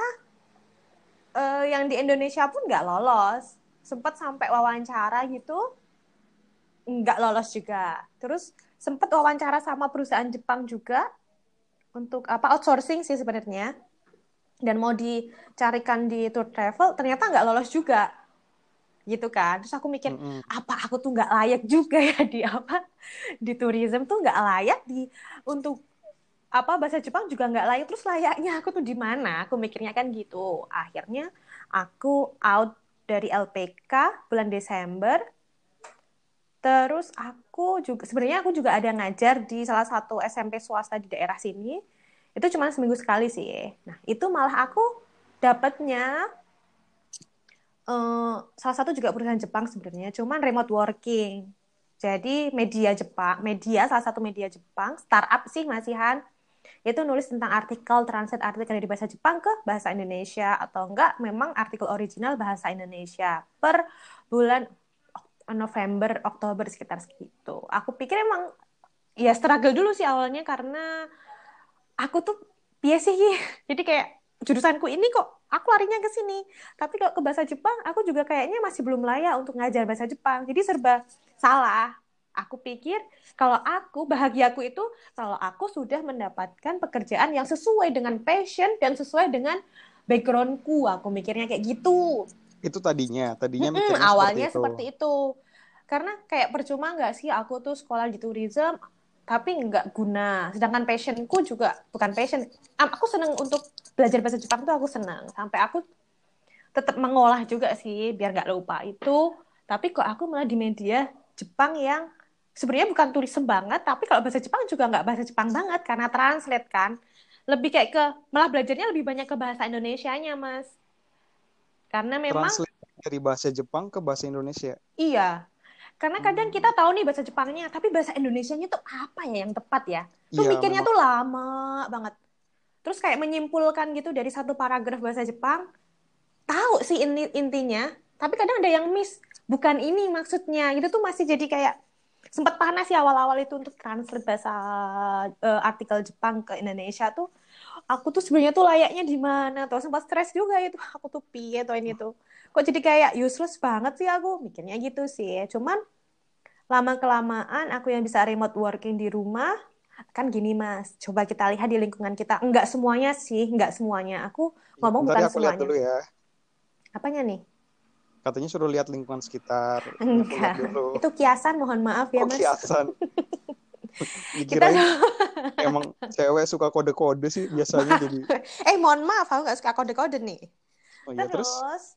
yang di Indonesia pun nggak lolos, sempat sampai wawancara gitu nggak lolos juga. Terus sempat wawancara sama perusahaan Jepang juga untuk outsourcing sih sebenarnya dan mau dicarikan di tour travel ternyata nggak lolos juga gitu kan. Terus aku mikir apa aku tuh nggak layak juga ya di tourism tuh nggak layak untuk bahasa Jepang juga nggak layak, terus layaknya aku tuh di mana, aku mikirnya kan gitu. Akhirnya aku out dari LPK bulan Desember. Terus sebenarnya aku juga ada ngajar di salah satu SMP swasta di daerah sini. Itu cuma seminggu sekali sih. Nah, itu malah aku dapatnya salah satu juga perusahaan Jepang sebenarnya, cuman remote working. Jadi salah satu media Jepang, startup sih masihan, itu nulis tentang translate artikel dari bahasa Jepang ke bahasa Indonesia, atau enggak memang artikel original bahasa Indonesia per bulan November, Oktober sekitar segitu. Aku pikir emang ya struggle dulu sih awalnya karena aku tuh biasa sih jadi kayak jurusanku ini kok aku larinya ke sini tapi kalau ke bahasa Jepang aku juga kayaknya masih belum layak untuk ngajar bahasa Jepang jadi serba salah. Aku pikir kalau bahagiaku itu kalau aku sudah mendapatkan pekerjaan yang sesuai dengan passion dan sesuai dengan backgroundku, aku mikirnya kayak gitu. Itu tadinya mikirnya seperti Awalnya itu. seperti itu. Karena kayak percuma nggak sih aku tuh sekolah di tourism, tapi nggak guna. Sedangkan passionku juga bukan passion. Aku seneng untuk belajar bahasa Jepang tuh aku senang. Sampai aku tetap mengolah juga sih, biar nggak lupa itu. Tapi kok aku malah di media Jepang yang sebenarnya bukan tourism banget, tapi kalau bahasa Jepang juga nggak bahasa Jepang banget, karena translate kan. Lebih kayak malah belajarnya lebih banyak ke bahasa Indonesianya, Mas. Karena memang Translate dari bahasa Jepang ke bahasa Indonesia. iya. Karena kadang kita tahu nih bahasa Jepangnya, tapi bahasa Indonesianya tuh apa ya yang tepat ya? Tuh Iya, mikirnya memang tuh lama banget. Terus kayak menyimpulkan gitu dari satu paragraf bahasa Jepang, tahu sih intinya, tapi kadang ada yang miss. Bukan ini maksudnya. Itu tuh masih jadi kayak sempat panas sih awal-awal itu untuk translate bahasa artikel Jepang ke Indonesia tuh. Aku tuh sebenarnya tuh layaknya di mana tuh, sempat stres juga itu. Aku tuh piye tuh ini tuh. Kok jadi kayak useless banget sih aku mikirnya gitu sih. Cuman lama kelamaan aku yang bisa remote working di rumah kan gini Mas, coba kita lihat di lingkungan kita, enggak semuanya sih, enggak semuanya, aku ya, ngomong bentar bukan ya aku lihat semuanya. dulu ya. Apanya nih? Katanya suruh lihat lingkungan sekitar. Ini aku lihat Enggak, dulu. itu kiasan, mohon maaf ya Oh, Mas. kiasan. Kita Dikirain emang cewek suka kode-kode sih biasanya maaf. jadi. Mohon maaf aku nggak suka kode-kode nih. Oh iya, terus Terus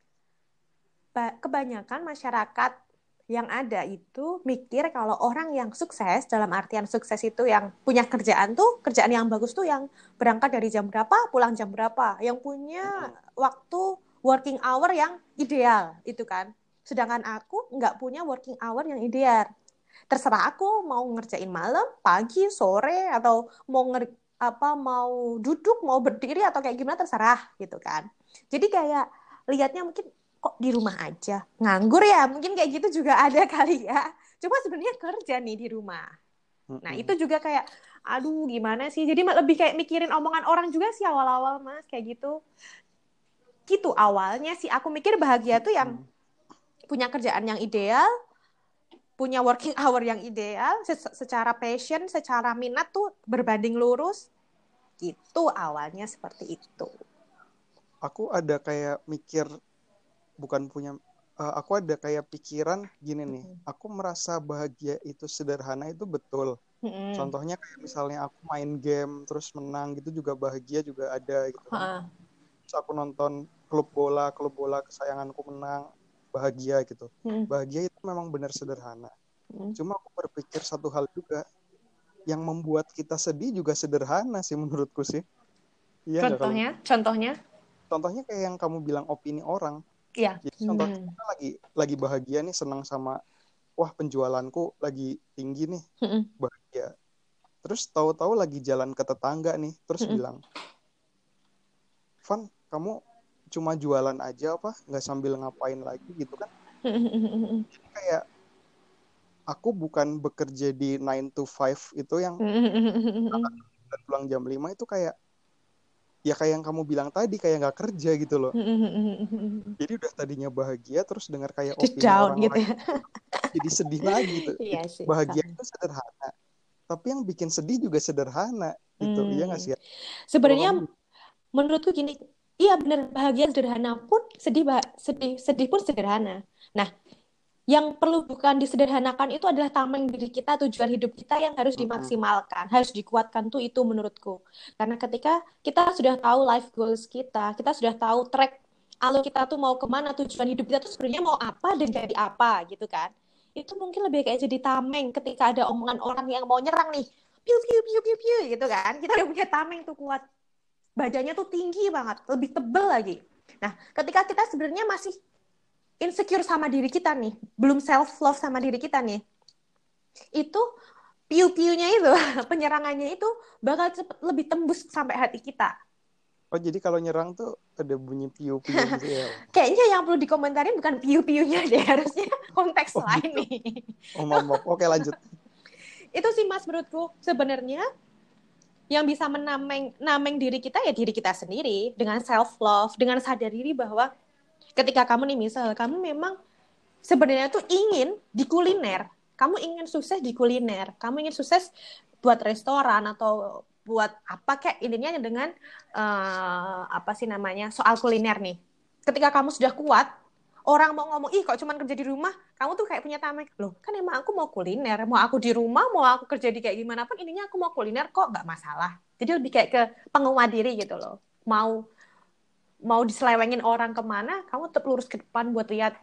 kebanyakan masyarakat yang ada itu mikir kalau orang yang sukses, dalam artian sukses itu yang punya kerjaan yang bagus tuh yang berangkat dari jam berapa, pulang jam berapa, yang punya waktu working hour yang ideal itu kan. Sedangkan aku nggak punya working hour yang ideal. Terserah aku mau ngerjain malam, pagi, sore, atau mau duduk, mau berdiri atau kayak gimana terserah gitu kan. Jadi kayak lihatnya mungkin kok di rumah aja nganggur ya, mungkin kayak gitu juga ada kali ya. Cuma sebenarnya kerja nih di rumah. Nah itu juga kayak aduh gimana sih, jadi lebih kayak mikirin omongan orang juga sih awal-awal Mas kayak gitu awalnya sih aku mikir bahagia tuh yang punya kerjaan yang ideal, punya working hour yang ideal, secara passion, secara minat tuh berbanding lurus. Itu awalnya seperti itu. Aku ada kayak mikir, bukan punya, aku ada kayak pikiran gini nih, aku merasa bahagia itu sederhana itu betul. Contohnya kayak misalnya aku main game terus menang gitu juga bahagia juga ada gitu kan. Terus aku nonton klub bola kesayanganku menang, bahagia gitu. Bahagia itu memang benar sederhana. Cuma aku berpikir satu hal juga, yang membuat kita sedih juga sederhana sih menurutku sih. Iya nggak kalau? Contohnya Contohnya kayak yang kamu bilang opini orang. iya. Jadi contohnya kita lagi bahagia nih, senang sama, wah penjualanku lagi tinggi nih, bahagia. Terus tahu-tahu lagi jalan ke tetangga nih, terus bilang, Van, kamu cuma jualan aja apa? Nggak sambil ngapain lagi gitu kan? Jadi kayak aku bukan bekerja di 9 to 5 itu yang pulang jam 5 itu kayak, ya kayak yang kamu bilang tadi, kayak nggak kerja gitu loh. Jadi udah tadinya bahagia, terus dengar kayak Di opini down orang gitu lain, ya. jadi sedih lagi gitu. Iya sih. Bahagia itu sederhana, tapi yang bikin sedih juga sederhana gitu. Iya nggak sih? Kalau Sebenarnya kamu, menurutku gini, iya benar, bahagia sederhana pun sedih pun sederhana. Nah, yang perlu bukan disederhanakan itu adalah tameng diri kita, tujuan hidup kita yang harus dimaksimalkan, harus dikuatkan tuh itu menurutku. Karena ketika kita sudah tahu life goals kita sudah tahu track alur kita tuh mau kemana, tujuan hidup kita tuh sebenarnya mau apa dan jadi apa gitu kan. Itu mungkin lebih kayak jadi tameng ketika ada omongan orang yang mau nyerang nih, piu piu piu piu piu gitu kan. Kita udah punya tameng tuh kuat, badannya tuh tinggi banget, lebih tebel lagi. Nah, ketika kita sebenarnya masih insecure sama diri kita nih, belum self love sama diri kita nih, itu piu-piunya itu, penyerangannya itu bakal cepet lebih tembus sampai hati kita. oh jadi kalau nyerang tuh ada bunyi piu-piu gitu ya? Kayaknya yang perlu dikomentarin bukan piu-piunya deh, harusnya konteks Oh lain gitu. nih. Oh maaf. Oke lanjut. Itu sih Mas menurutku sebenarnya yang bisa nameng diri kita ya diri kita sendiri dengan self love, dengan sadar diri bahwa ketika kamu nih misal kamu memang sebenarnya tuh ingin di kuliner, kamu ingin sukses di kuliner, kamu ingin sukses buat restoran atau buat apa kayak intinya dengan apa sih namanya soal kuliner nih. Ketika kamu sudah kuat, orang mau ngomong ih kok cuma kerja di rumah, kamu tuh kayak punya tameng loh kan emang aku mau kuliner, mau aku di rumah, mau aku kerja di kayak gimana pun intinya aku mau kuliner kok nggak masalah. Jadi lebih kayak ke penguat diri gitu loh. Mau diselewengin orang kemana, kamu tetap lurus ke depan buat lihat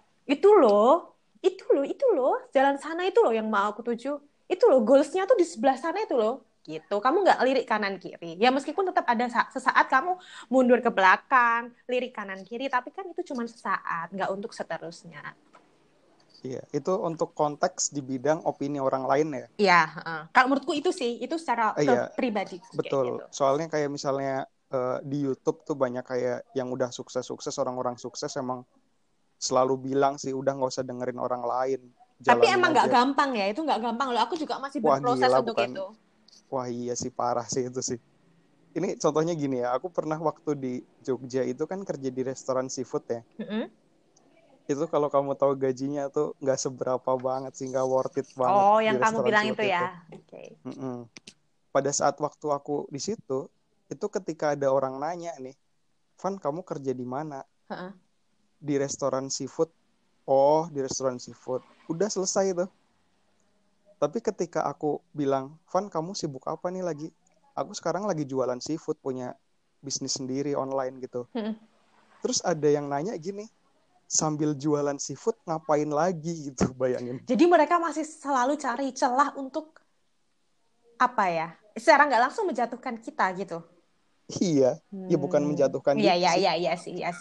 itu loh, jalan sana itu loh yang mau aku tuju. Itu loh, goalsnya tuh di sebelah sana itu loh. Gitu. Kamu nggak lirik kanan kiri. Ya meskipun tetap ada sesaat kamu mundur ke belakang, lirik kanan kiri, tapi kan itu cuma sesaat, nggak untuk seterusnya. Iya, itu untuk konteks di bidang opini orang lain ya. Iya, kalau menurutku itu sih, itu secara Iya, pribadi kayak betul. gitu. Soalnya kayak misalnya di YouTube tuh banyak kayak yang udah sukses-sukses, orang-orang sukses emang selalu bilang sih udah nggak usah dengerin orang lain, Tapi jalanin emang nggak aja. gampang ya, itu nggak gampang loh. Aku juga masih Wah berproses gila untuk bukan, itu. wah iya sih parah sih itu sih. Ini contohnya gini ya, aku pernah waktu di Jogja itu kan kerja di restoran seafood ya. Itu kalau kamu tahu gajinya tuh nggak seberapa banget sih, nggak worth it banget Oh, di yang kamu restoran bilang seafood itu itu. ya. Oke. Pada saat waktu aku di situ, itu ketika ada orang nanya nih, Van kamu kerja di mana? Di restoran seafood. Oh di restoran seafood. Udah selesai tuh. Tapi ketika aku bilang, Van kamu sibuk apa nih lagi? Aku sekarang lagi jualan seafood, punya bisnis sendiri online gitu. Terus ada yang nanya gini, sambil jualan seafood ngapain lagi gitu, bayangin. Jadi mereka masih selalu cari celah untuk apa ya? Secara nggak langsung menjatuhkan kita gitu. Iya, ya bukan menjatuhkan Iya, juga iya, sih. iya, iya sih, iya sih.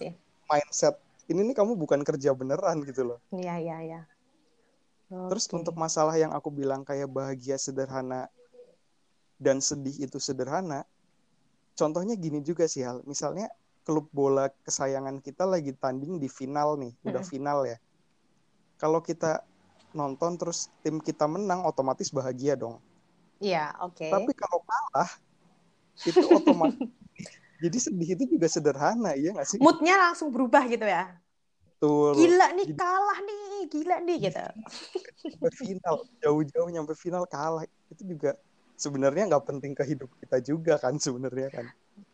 mindset ini nih kamu bukan kerja beneran gitu loh. Iya, iya, iya. Terus Oke. untuk masalah yang aku bilang kayak bahagia sederhana dan sedih itu sederhana, contohnya gini juga sih Hal. Misalnya klub bola kesayangan kita lagi tanding di final nih, udah final ya. Kalau kita nonton terus tim kita menang, otomatis bahagia dong. Iya, oke. Tapi kalau kalah, itu otomatis. Jadi sedih itu juga sederhana, iya nggak sih? Moodnya langsung berubah gitu ya. Betul. Gila nih, Jadi kalah nih, gila nih gitu. sampai final, jauh-jauh nyampe final kalah. Itu juga sebenarnya nggak penting ke hidup kita juga kan sebenarnya kan.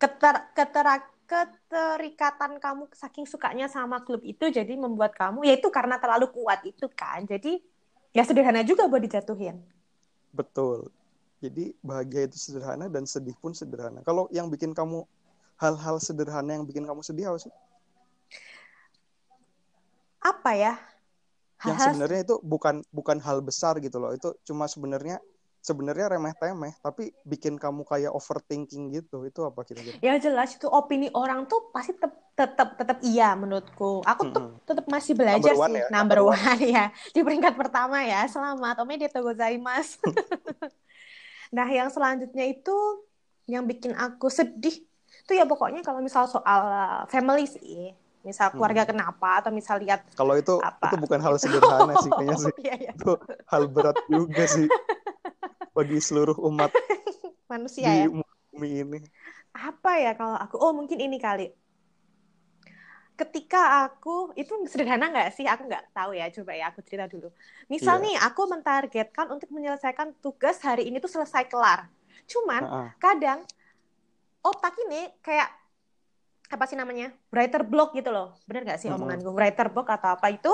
Keterikatan kamu saking sukanya sama klub itu jadi membuat kamu, ya itu karena terlalu kuat itu kan. Jadi ya sederhana juga buat dijatuhin. Betul. Jadi bahagia itu sederhana dan sedih pun sederhana. Kalau yang bikin kamu hal-hal sederhana yang bikin kamu sedih apa sih? Apa ya? Yang Hal-hal sebenarnya itu bukan hal besar gitu loh. Itu cuma sebenarnya remeh-temeh, tapi bikin kamu kayak overthinking gitu. Itu apa kira-kira? ya jelas itu opini orang tuh pasti tetap iya menurutku. Aku tuh tetap masih Number belajar one sih. ya, Number one ya. Di peringkat pertama ya. Selamat. Omedetou gozaimasu. Nah, yang selanjutnya itu yang bikin aku sedih itu ya pokoknya kalau misal soal family sih. Misal keluarga kenapa atau misal lihat Kalau itu apa bukan hal gitu. sederhana sih kayaknya sih. Iya, iya. Itu hal berat juga sih bagi seluruh umat Manusia di ya. bumi ini. Apa ya kalau aku? Oh, mungkin ini kali. Ketika aku, itu sederhana nggak sih? Aku nggak tahu ya, coba ya aku cerita dulu. Misal Iya. nih, aku mentargetkan untuk menyelesaikan tugas hari ini tuh selesai kelar. Cuman, kadang otak ini kayak, apa sih namanya? Writer block gitu loh. Bener nggak sih omonganku? Writer block atau apa itu?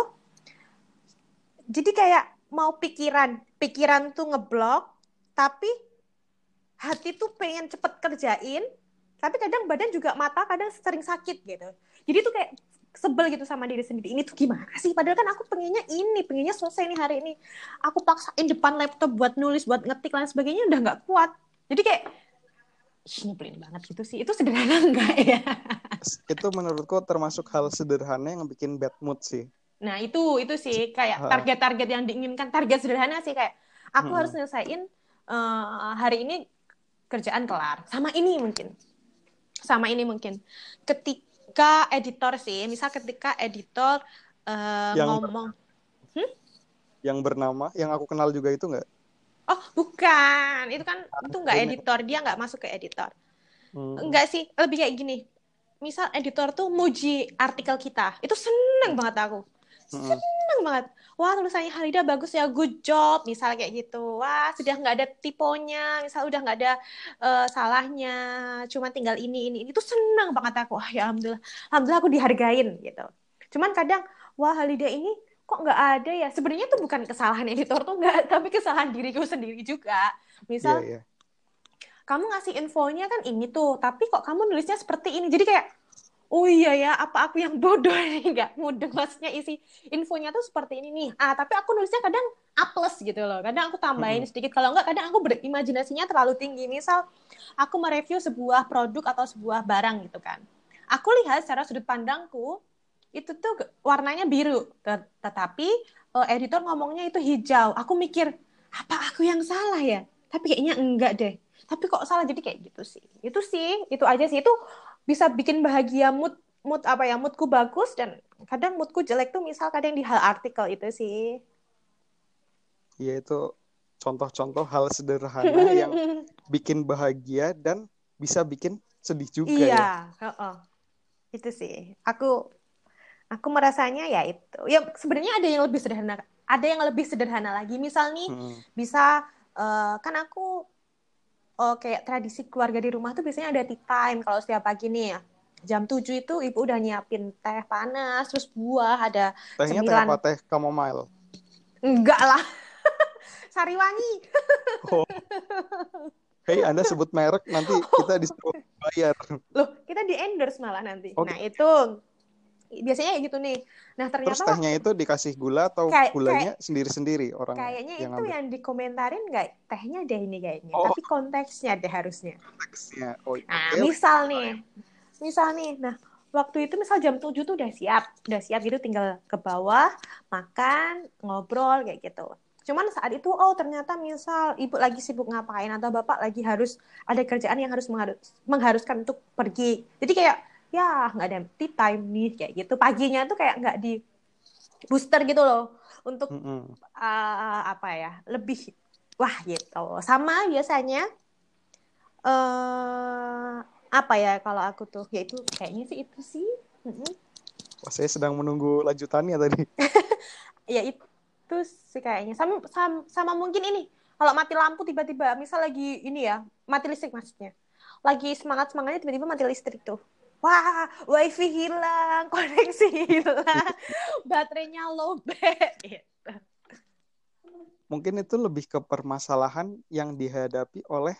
Jadi kayak mau pikiran tuh ngeblok, tapi hati tuh pengen cepet kerjain, tapi kadang badan juga mata kadang sering sakit gitu. Jadi tuh kayak sebel gitu sama diri sendiri. Ini tuh gimana sih? Padahal kan aku pengennya selesai nih hari ini. Aku paksain depan laptop buat nulis, buat ngetik lain sebagainya udah nggak kuat. Jadi kayak nyebelin banget gitu sih. Itu sederhana nggak ya? Itu menurutku termasuk hal sederhana yang bikin bad mood sih. Nah itu sih kayak target-target yang diinginkan, target sederhana sih kayak aku harus nyelesain hari ini kerjaan kelar. Sama ini mungkin. Ketika editor sih, misal ketika editor ngomong, yang bernama, yang aku kenal juga itu nggak? oh bukan, itu nggak editor, dia nggak masuk ke editor. Enggak sih, lebih kayak gini. Misal editor tuh muji artikel kita, itu seneng banget aku. Seneng banget. Wah, tulisannya Halida bagus ya, good job. Misal kayak gitu. Wah, sudah nggak ada tiponya. Misal udah nggak ada salahnya. Cuma tinggal ini. Itu seneng banget aku. Wah, ya Alhamdulillah. Alhamdulillah aku dihargain gitu. Cuman kadang, wah Halida ini kok nggak ada ya. Sebenarnya tuh bukan kesalahan editor tuh nggak, tapi kesalahan diriku sendiri juga. Misal, kamu ngasih infonya kan ini tuh, tapi kok kamu nulisnya seperti ini. Jadi kayak, oh iya ya, apa aku yang bodoh nih, nggak mudeng. Maksudnya isi infonya tuh seperti ini nih. Tapi aku nulisnya kadang A plus gitu loh. Kadang aku tambahin sedikit. Kalau nggak, kadang aku berimajinasinya terlalu tinggi. Misal, aku mereview sebuah produk atau sebuah barang gitu kan. Aku lihat secara sudut pandangku, itu tuh warnanya biru. Tetapi editor ngomongnya itu hijau. Aku mikir, apa aku yang salah ya? Tapi kayaknya enggak deh. Tapi kok salah, jadi kayak gitu sih. Itu aja sih. Itu bisa bikin bahagia, moodku bagus, dan kadang moodku jelek tuh misal kadang di hal artikel itu sih. Iya, itu contoh-contoh hal sederhana yang bikin bahagia dan bisa bikin sedih juga ya. Iya, itu sih. Aku merasanya ya itu. Ya sebenarnya ada yang lebih sederhana lagi. Misal nih, bisa kan aku kayak tradisi keluarga di rumah tuh biasanya ada tea time kalau setiap pagi nih ya. Jam 7 itu ibu udah nyiapin teh panas, terus buah, ada Tehnya teh apa? Teh chamomile? Enggak lah. Sariwangi. Oh. Hey, Anda sebut merek, nanti kita disuruh bayar. Loh, kita di-endorse malah nanti. Okay. Nah, itu biasanya gitu nih. Nah, ternyata terus tehnya itu dikasih gula atau gulanya sendiri-sendiri orang kayaknya yang itu ambil. Yang dikomentarin nggak tehnya deh ini kayaknya. Oh. Tapi konteksnya deh harusnya. Konteksnya. Oh, nah, misal nih. Nah, waktu itu misal jam 7 tuh udah siap gitu, tinggal ke bawah, makan, ngobrol kayak gitu. Cuman saat itu, oh ternyata misal ibu lagi sibuk ngapain atau bapak lagi harus ada kerjaan yang harus mengharuskan untuk pergi. Jadi kayak, ya nggak ada tea time nih, kayak gitu. Paginya tuh kayak nggak di booster gitu loh. Untuk Mm-mm. apa ya, lebih, wah gitu. Sama biasanya, eh apa ya kalau aku tuh, ya itu kayaknya sih itu sih. Mm-mm. Wah, saya sedang menunggu lanjutannya tadi. Ya itu sih kayaknya sama mungkin ini, kalau mati lampu tiba-tiba misal lagi ini ya, mati listrik maksudnya, lagi semangatnya tiba-tiba mati listrik tuh, wah wifi hilang, koneksi hilang, baterainya lowbat gitu. Mungkin itu lebih ke permasalahan yang dihadapi oleh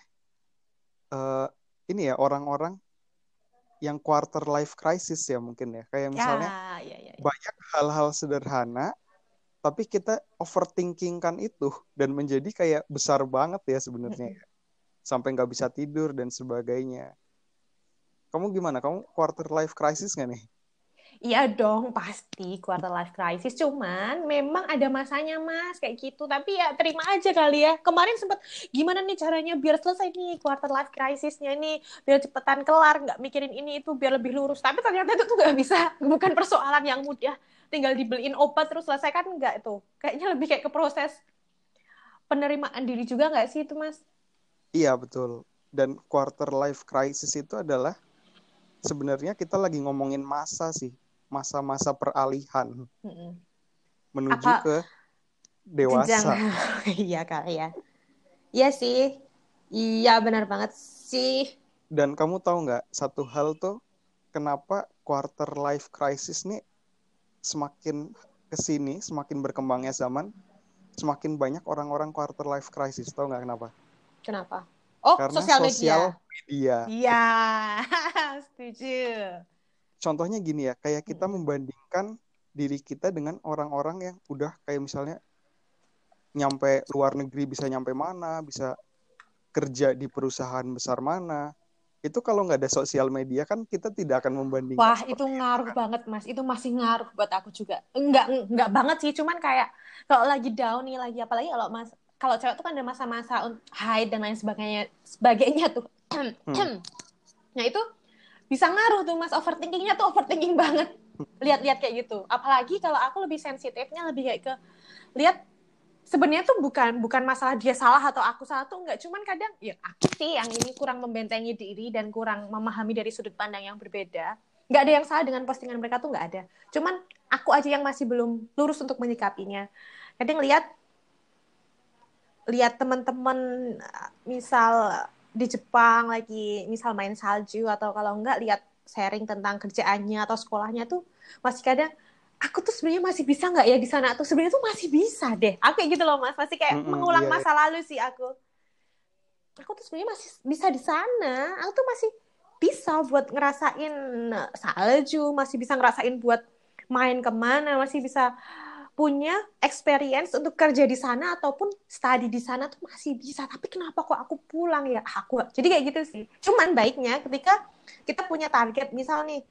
eh, ini ya orang-orang yang quarter life crisis ya mungkin ya. Kayak Ya, misalnya ya. banyak hal-hal sederhana tapi kita overthinkingkan itu dan menjadi kayak besar banget ya sebenarnya Mm-mm. ya. Sampai nggak bisa tidur dan sebagainya. Kamu gimana? Kamu quarter life crisis nggak nih? Iya dong, pasti quarter life crisis. Cuman memang ada masanya, Mas, kayak gitu. Tapi ya terima aja kali ya. Kemarin sempat gimana nih caranya biar selesai nih quarter life crisisnya nih, biar cepetan kelar, nggak mikirin ini itu, biar lebih lurus. Tapi ternyata itu tuh nggak bisa, bukan persoalan yang mudah. Tinggal dibeliin obat terus selesai kan nggak itu. Kayaknya lebih kayak ke proses penerimaan diri juga nggak sih itu, Mas? Iya betul. Dan quarter life crisis itu adalah sebenarnya kita lagi ngomongin masa sih, masa-masa peralihan Mm-mm. menuju Apa ke jenjang? dewasa. Iya kali ya. Iya sih. Iya benar banget sih. Dan kamu tahu nggak satu hal tuh kenapa quarter life crisis nih semakin kesini, semakin berkembangnya zaman, semakin banyak orang-orang quarter life crisis. Tahu nggak kenapa? Kenapa? Oh, Karena sosial sosial media. media. Iya, setuju. Contohnya gini ya, kayak kita Mm-mm. membandingkan diri kita dengan orang-orang yang udah kayak misalnya nyampe luar negeri bisa nyampe mana, bisa kerja di perusahaan besar mana. Itu kalau nggak ada sosial media kan kita tidak akan membandingkan Wah, itu seperti itu ngaruh kan. banget, Mas. Itu masih ngaruh buat aku juga. Enggak banget sih, cuman kayak kalau lagi down nih, lagi apalagi kalau Mas, kalau cewek tuh kan ada masa-masa haid dan lain sebagainya tuh. Hmm. Nah, itu bisa ngaruh tuh, Mas. Overthinkingnya tuh overthinking banget. Lihat-lihat kayak gitu. Apalagi kalau aku lebih sensitifnya lebih kayak ke lihat, sebenarnya tuh bukan masalah dia salah atau aku salah tuh enggak, cuman kadang ya aku sih yang ini kurang membentengi diri dan kurang memahami dari sudut pandang yang berbeda. Nggak ada yang salah dengan postingan mereka tuh, nggak ada, cuman aku aja yang masih belum lurus untuk menyikapinya. Kadang lihat lihat teman-teman misal di Jepang lagi misal main salju, atau kalau enggak lihat sharing tentang kerjaannya atau sekolahnya tuh, masih kadang aku tuh sebenarnya masih bisa nggak ya di sana tuh, sebenarnya tuh masih bisa deh aku kayak gitu loh, Mas, masih kayak mengulang Iya, iya. masa lalu sih aku tuh sebenarnya masih bisa di sana, aku tuh masih bisa buat ngerasain salju, masih bisa ngerasain buat main kemana, masih bisa punya experience untuk kerja di sana ataupun study di sana tuh masih bisa. Tapi kenapa kok aku pulang ya? Aku jadi kayak gitu sih. Cuman baiknya ketika kita punya target, misal nih,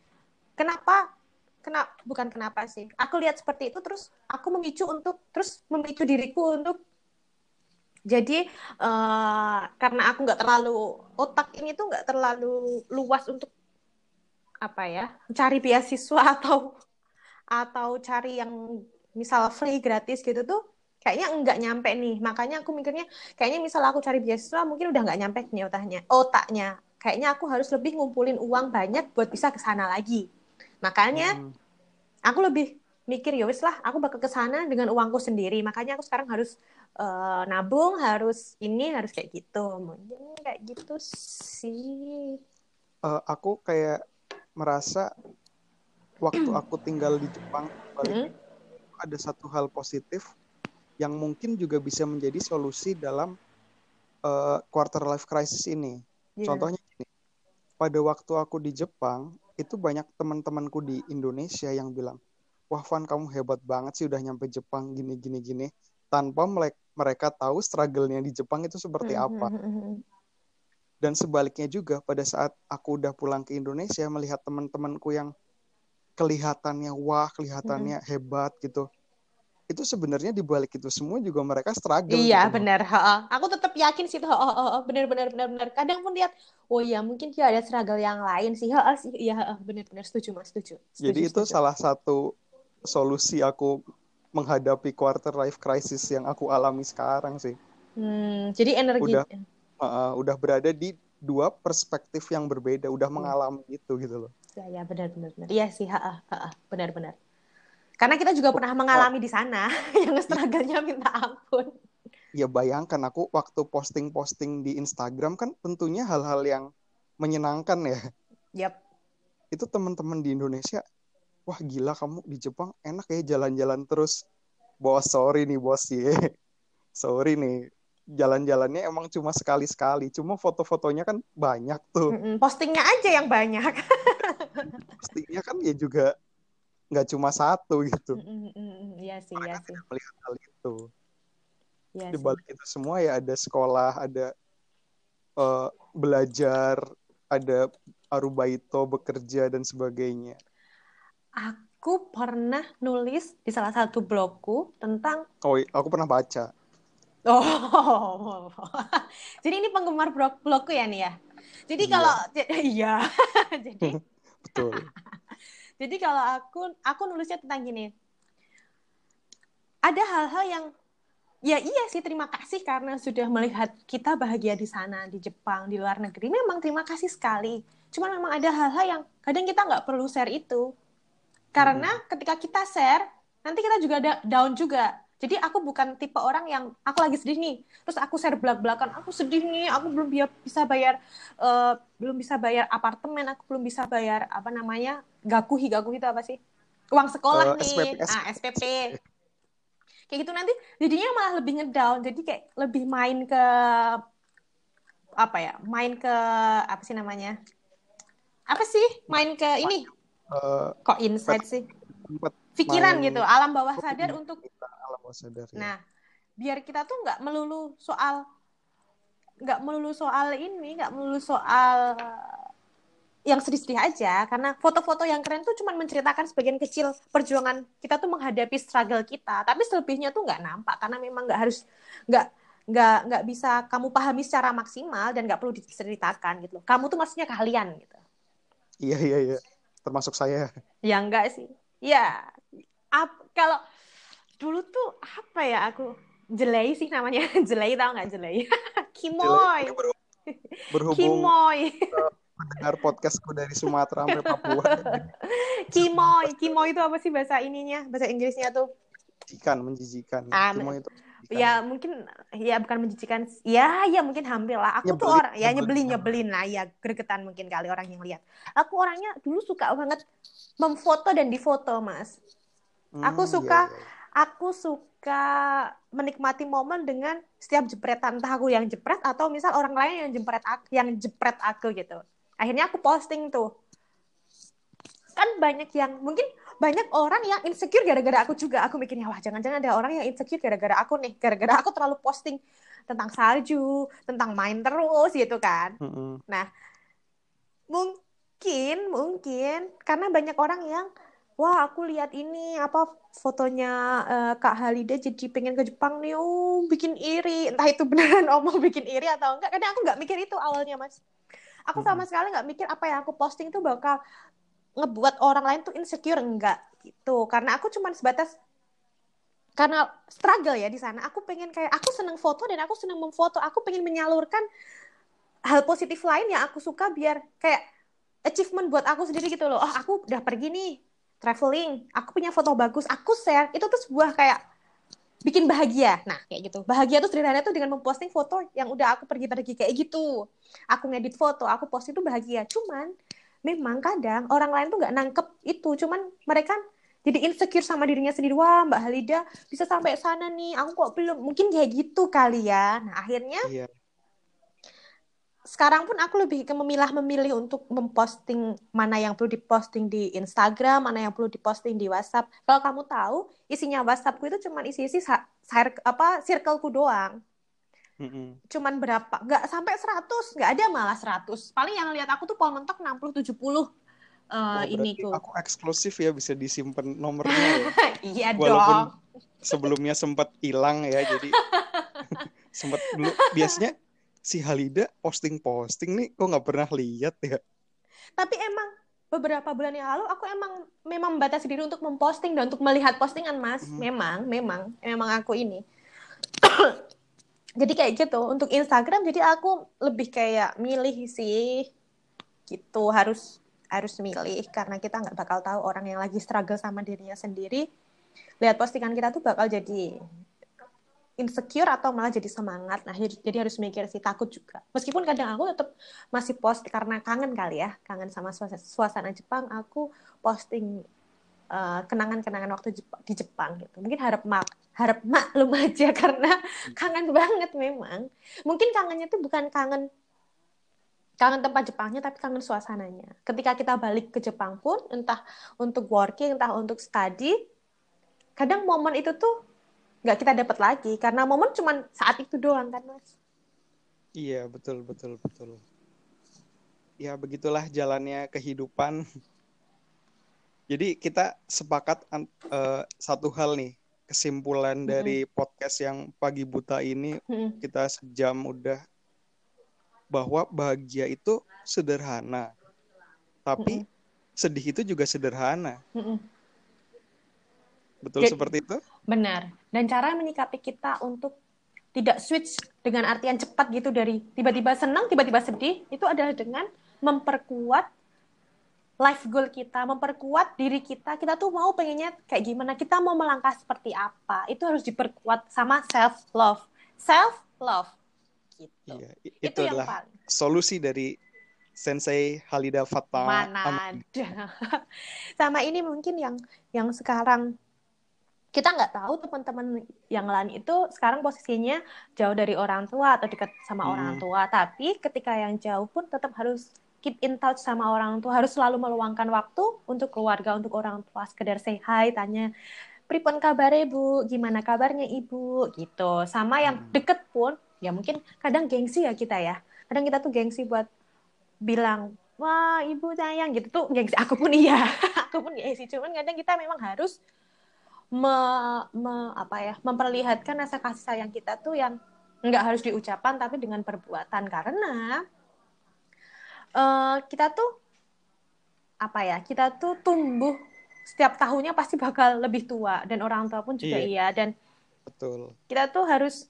bukan kenapa sih? Aku lihat seperti itu terus aku memicu diriku untuk jadi karena aku nggak terlalu, otak ini tuh nggak terlalu luas untuk apa ya, cari beasiswa atau cari yang misal free gratis gitu tuh, kayaknya nggak nyampe nih. Makanya aku mikirnya kayaknya misal aku cari beasiswa mungkin udah nggak nyampe nih otaknya. Kayaknya aku harus lebih ngumpulin uang banyak buat bisa ke sana lagi. Makanya Mm-mm. aku lebih mikir ya wis lah, aku bakal ke sana dengan uangku sendiri. Makanya aku sekarang harus nabung, harus ini, harus kayak gitu. Mungkin kayak gitu sih. Aku kayak merasa waktu aku tinggal di Jepang, Mm-mm. baliknya ada satu hal positif yang mungkin juga bisa menjadi solusi dalam quarter life crisis ini. Gimana? Contohnya gini, pada waktu aku di Jepang, itu banyak teman-temanku di Indonesia yang bilang, wah Van kamu hebat banget sih udah nyampe Jepang gini gini gini, tanpa mereka tahu struggle-nya di Jepang itu seperti apa. Mm-mm. Dan sebaliknya juga pada saat aku udah pulang ke Indonesia melihat teman-temanku yang kelihatannya wah, Mm-mm. kelihatannya hebat gitu. Itu sebenarnya di balik itu semua juga mereka struggle Iya gitu loh. benar. Ha-ha. Aku tetap yakin sih itu. Ha-ha. Benar benar benar benar. Kadang pun lihat, oh iya mungkin dia ada struggle yang lain sih. Ha-ha, sih. Iya ha-ha. Benar benar setuju mas, setuju, Jadi setuju, itu setuju. salah satu solusi aku menghadapi quarter life crisis yang aku alami sekarang sih. Jadi energi. Udah udah berada di dua perspektif yang berbeda, udah Iya, mengalami itu gitu loh. ya, ya benar benar benar. Iya sih. Ha-ha. Ha-ha. Benar benar. Karena kita juga pernah Uh, mengalami di sana yang struggle-nya minta ampun. Ya bayangkan aku waktu posting-posting di Instagram kan tentunya hal-hal yang menyenangkan ya. Yap. Itu teman-teman di Indonesia, wah gila kamu di Jepang enak ya jalan-jalan terus. Bos, sorry nih bos ya. Sorry nih. Jalan-jalannya emang cuma sekali-sekali. Cuma foto-fotonya kan banyak tuh. Postingnya aja yang banyak. Pastinya kan ya juga nggak cuma satu gitu. Iya sih, iya Mereka sih. tidak melihat hal itu. Iya Di sih. balik itu semua ya ada sekolah, ada belajar, ada arubaito, bekerja dan sebagainya. Aku pernah nulis di salah satu blogku tentang Oh, aku pernah baca. oh. Jadi ini penggemar blogku ya nih ya. Jadi kalau Iya, iya. Jadi betul. jadi kalau aku nulisnya tentang gini. Ada hal-hal yang ya iya sih terima kasih karena sudah melihat kita bahagia di sana di Jepang di luar negeri memang terima kasih sekali. Cuman memang ada hal-hal yang kadang kita nggak perlu share itu karena Mm-mm. ketika kita share nanti kita juga ada down juga. Jadi aku bukan tipe orang yang aku lagi sedih nih terus aku share belak-belakan aku sedih nih aku belum bisa bayar belum bisa bayar apartemen aku belum bisa bayar apa namanya gakuhi gakuhi itu apa sih uang sekolah SPP, nih SPP SPP. kayak gitu nanti jadinya malah lebih ngedown jadi kayak lebih main ke apa ya main ke apa sih namanya apa sih main ke ini Eh, kok pet insight sih sempat main pikiran gitu alam bawah sadar untuk kita alam bawah sadar ya. nah biar kita tuh nggak melulu soal ini nggak melulu soal yang sedih-sedih aja karena foto-foto yang keren tuh cuma menceritakan sebagian kecil perjuangan kita tuh menghadapi struggle kita tapi selebihnya tuh nggak nampak karena memang nggak harus nggak nggak bisa kamu pahami secara maksimal dan nggak perlu diceritakan gitu loh. Kamu tuh maksudnya kalian gitu. Iya, iya, iya. Termasuk saya. Ya enggak sih. Ya, kalau dulu tuh apa ya aku jelei sih namanya jelei tau nggak jelei Jelek. Ini kimoy berhubung kimoy mendengar podcastku dari Sumatera sampai Papua. Bisa kimoy bahasa kimoy itu apa sih bahasa ininya bahasa Inggrisnya tuh menjijikan, menjijikan. ah Kimo itu menjijikan. ya mungkin ya bukan menjijikan ya ya mungkin hampir lah aku tuh Nyebelin, orang ya nyebelin, nyebelin nyebelin. nyebelin lah ya gregetan mungkin kali orang yang lihat aku orangnya dulu suka banget memfoto dan difoto mas aku Iya, suka iya, iya. aku suka menikmati momen dengan setiap jepretan entah aku yang jepret atau misal orang lain yang jepret aku gitu akhirnya aku posting tuh kan banyak yang mungkin banyak orang yang insecure gara-gara aku juga aku mikirnya wah jangan-jangan ada orang yang insecure gara-gara aku nih gara-gara aku terlalu posting tentang salju tentang main terus gitu kan Mm-mm. nah mungkin karena banyak orang yang wah aku lihat ini apa fotonya Kak Halida jadi pengen ke Jepang nih bikin iri entah itu beneran omong bikin iri atau enggak kadang aku nggak mikir itu awalnya mas aku sama Mm-mm. sekali nggak mikir apa yang aku posting itu bakal ngebuat orang lain tuh insecure enggak gitu karena aku cuma sebatas karena struggle ya di sana aku pengen kayak aku seneng foto dan aku seneng memfoto aku pengen menyalurkan hal positif lain yang aku suka biar kayak achievement buat aku sendiri gitu loh oh aku udah pergi nih traveling aku punya foto bagus aku share itu tuh sebuah kayak bikin bahagia nah kayak gitu bahagia tuh sederhana tuh dengan memposting foto yang udah aku pergi-pergi kayak gitu aku ngedit foto aku post itu bahagia cuman memang kadang orang lain tuh nggak nangkep itu cuman mereka jadi insecure sama dirinya sendiri wah Mbak Halida bisa sampai sana nih aku kok belum mungkin kayak gitu kali ya nah akhirnya Iya. sekarang pun aku lebih ke memilih untuk memposting mana yang perlu diposting di Instagram, mana yang perlu diposting di WhatsApp. Kalau kamu tahu, isinya WhatsAppku itu cuma isi-isi circleku doang. Mm-mm. Cuman berapa? Nggak sampai 100, nggak ada malah 100. Paling yang lihat aku tuh paling mentok 60 70 Wah, ini berarti ku. aku eksklusif ya, bisa disimpan nomornya ya. Iya dong. Walaupun sebelumnya sempat hilang ya, jadi sempat dulu biasanya si Halida posting-posting nih kok nggak pernah lihat ya. Tapi emang beberapa bulan yang lalu aku emang memang membatasi diri untuk memposting dan untuk melihat postingan Mas. Hmm, Memang aku ini. Jadi kayak gitu. Untuk Instagram jadi aku lebih kayak milih sih gitu, harus milih karena kita nggak bakal tahu orang yang lagi struggle sama dirinya sendiri. Lihat postingan kita tuh bakal jadi insecure atau malah jadi semangat. Nah, jadi harus mikir sih, takut juga. Meskipun kadang aku tetap masih post karena kangen kali ya, kangen sama suasana Jepang, aku posting kenangan-kenangan waktu di Jepang gitu. Mungkin harap maklum aja karena kangen banget memang. Mungkin kangennya tuh bukan kangen tempat Jepangnya, tapi kangen suasananya. Ketika kita balik ke Jepang pun, entah untuk working, entah untuk study, kadang momen itu tuh nggak kita dapat lagi karena momen cuma saat itu doang kan Mas. iya, betul betul betul. Ya begitulah jalannya kehidupan. Jadi kita sepakat satu hal nih, kesimpulan Mm-mm. dari podcast yang Pagi Buta ini, Mm-mm. kita sejam udah, bahwa bahagia itu sederhana, tapi Mm-mm. sedih itu juga sederhana. Mm-mm. Betul seperti itu? Benar. Dan cara menyikapi kita untuk tidak switch dengan artian cepat gitu dari tiba-tiba senang, tiba-tiba sedih, itu adalah dengan memperkuat life goal kita, memperkuat diri kita. Kita tuh mau pengennya kayak gimana, kita mau melangkah seperti apa. Itu harus diperkuat sama self love. Self love gitu. Iya, Itu itu yang adalah paling. solusi dari Sensei Halida Fatma Mana Amin. ada. Sama ini mungkin yang sekarang kita nggak tahu teman-teman yang lain itu sekarang posisinya jauh dari orang tua atau dekat sama orang Hmm, tua. Tapi ketika yang jauh pun tetap harus keep in touch sama orang tua. Harus selalu meluangkan waktu untuk keluarga, untuk orang tua. Sekedar say hi, tanya, pripun kabar ibu, gimana kabarnya ibu, gitu. Sama yang hmm. deket pun, ya mungkin kadang gengsi ya kita ya. Kadang kita tuh gengsi buat bilang, wah ibu sayang gitu tuh gengsi. Aku pun iya, aku pun gengsi. Cuman kadang kita memang harus memperlihatkan rasa kasih sayang kita tuh yang nggak harus diucapkan tapi dengan perbuatan karena kita tuh kita tuh tumbuh setiap tahunnya pasti bakal lebih tua dan orang tua pun juga Iya, iya dan betul. kita tuh harus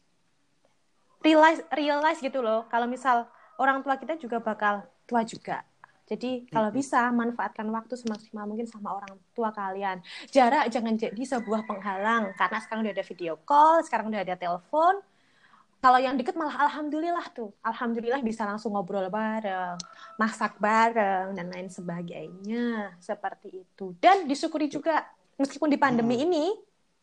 realize gitu loh kalau misal orang tua kita juga bakal tua juga. Jadi kalau Mm-mm. bisa manfaatkan waktu semaksimal mungkin sama orang tua kalian. Jarak jangan jadi sebuah penghalang karena sekarang udah ada video call, sekarang udah ada telepon. Kalau yang deket malah alhamdulillah tuh. Alhamdulillah bisa langsung ngobrol bareng, masak bareng dan lain sebagainya seperti itu. Dan disyukuri juga meskipun di pandemi Mm-mm. ini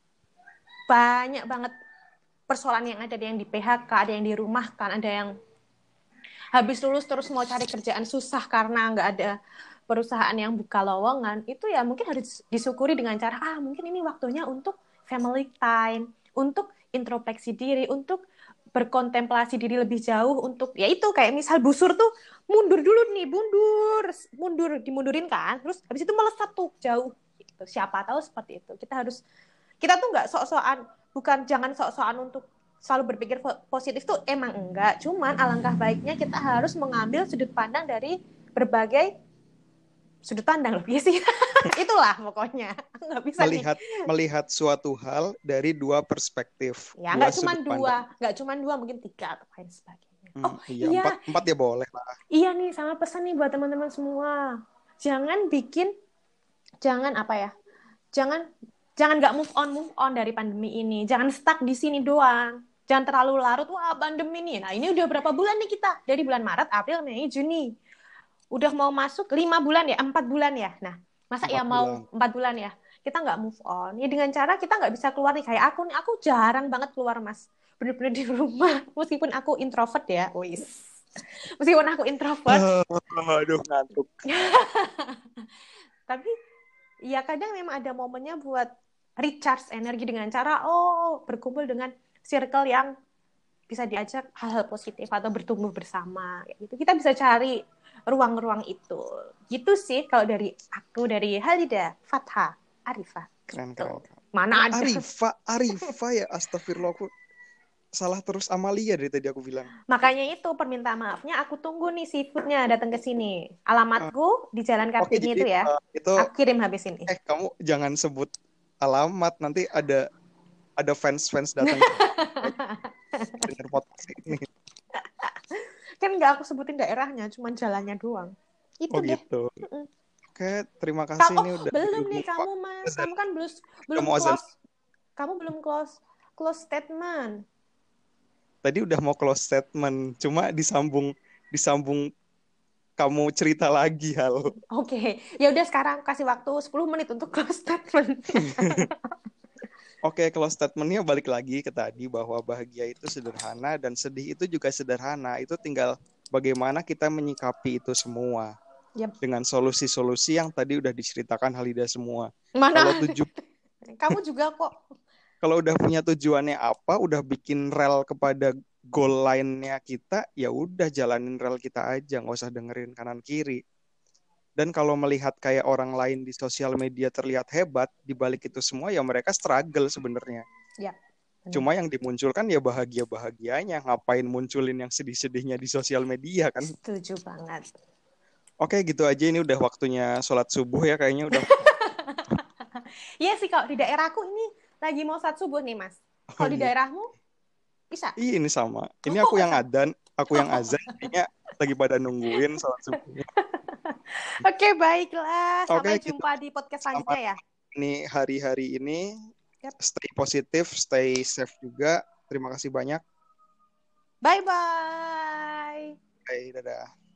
banyak banget persoalan yang ada yang di PHK, ada yang dirumahkan, ada yang habis lulus terus mau cari kerjaan susah karena nggak ada perusahaan yang buka lowongan, itu ya mungkin harus disyukuri dengan cara, mungkin ini waktunya untuk family time, untuk introspeksi diri, untuk berkontemplasi diri lebih jauh, untuk ya itu kayak misal busur tuh mundur dulu nih, mundur, dimundurin kan, terus habis itu melesat tuh jauh. Gitu. Siapa tahu seperti itu. Kita tuh nggak sok-sokan, bukan jangan sok-sokan untuk selalu berpikir positif tuh emang enggak. Cuman alangkah baiknya kita harus mengambil sudut pandang dari berbagai sudut pandang lebih sih. Itulah pokoknya. Nggak bisa Melihat suatu hal dari dua perspektif, ya dua nggak cuma sudut pandang. dua, nggak cuma dua, mungkin tiga atau lain sebagainya. Oh Iya, iya, empat ya boleh lah. iya nih sama pesan nih buat teman-teman semua. Jangan bikin, jangan apa ya, jangan jangan nggak move on dari pandemi ini. Jangan stuck di sini doang. Jangan terlalu larut, wah pandemi nih. Nah ini udah berapa bulan nih kita? Dari bulan Maret, April, Mei, Juni. Udah mau masuk 5 bulan ya, 4 bulan ya. Nah, masa ya 4 bulan. mau 4 bulan ya? Kita nggak move on. Ya dengan cara kita nggak bisa keluar nih. Kayak aku nih, aku jarang banget keluar mas. Bener-bener di rumah. Meskipun aku introvert ya. Wis. Meskipun aku introvert. Aduh, ngantuk. Tapi ya kadang memang ada momennya buat recharge energi dengan cara berkumpul dengan circle yang bisa diajak hal-hal positif atau bertumbuh bersama gitu. Kita bisa cari ruang-ruang itu. Gitu sih kalau dari aku, dari Halida Fatha Arifah. Keren, Gitu. keren. Mana ada. Arifa ya, astagfirullah, aku salah terus Amalia dari tadi aku bilang. Makanya itu permintaan maafnya aku tunggu nih seafoodnya datang ke sini. Eh, Alamatku di Jalan Oke, Kartini jadi itu ya. itu Aku kirim habis ini. kamu jangan sebut alamat, nanti ada fans datang ke dengar podcast ini. Kan nggak aku sebutin daerahnya, cuma jalannya doang. Oh Itu deh. gitu. Mm-mm. Oke, terima kasih Oh, ini udah belum nih berhubung kamu waktu Mas. dan Kamu kan belum udah belum mau azan. close. Kamu belum close statement. Tadi udah mau close statement, cuma disambung kamu cerita lagi hal. Oke, ya udah sekarang kasih waktu 10 menit untuk close statement. Oke, close statementnya balik lagi ke tadi bahwa bahagia itu sederhana dan sedih itu juga sederhana. Itu tinggal bagaimana kita menyikapi itu semua Yap. dengan solusi-solusi yang tadi udah diceritakan Halida semua. Kalau Mana? tuju Kamu juga kok. kalau udah punya tujuannya apa, udah bikin rel kepada goal lainnya kita, ya udah jalanin rel kita aja, nggak usah dengerin kanan kiri. Dan kalau melihat kayak orang lain di sosial media terlihat hebat, di balik itu semua ya mereka struggle sebenarnya. Ya, benar. Cuma yang dimunculkan ya bahagia-bahagianya, ngapain munculin yang sedih-sedihnya di sosial media kan. Setuju banget. Oke, gitu aja, ini udah waktunya sholat subuh ya, kayaknya udah. Iya sih, kalau di daerahku ini lagi mau saat subuh nih, Mas. Oh Kalau di iya. daerahmu bisa? Iya, ini sama. Ini Oh, aku yang azan, jadinya lagi pada nungguin sholat subuh. Oke, baiklah. Oke, Sampai gitu. jumpa di podcast Selamat selanjutnya ya. ini hari-hari ini. Yap. Stay positif, stay safe juga. Terima kasih banyak. Bye-bye. Bye, dadah.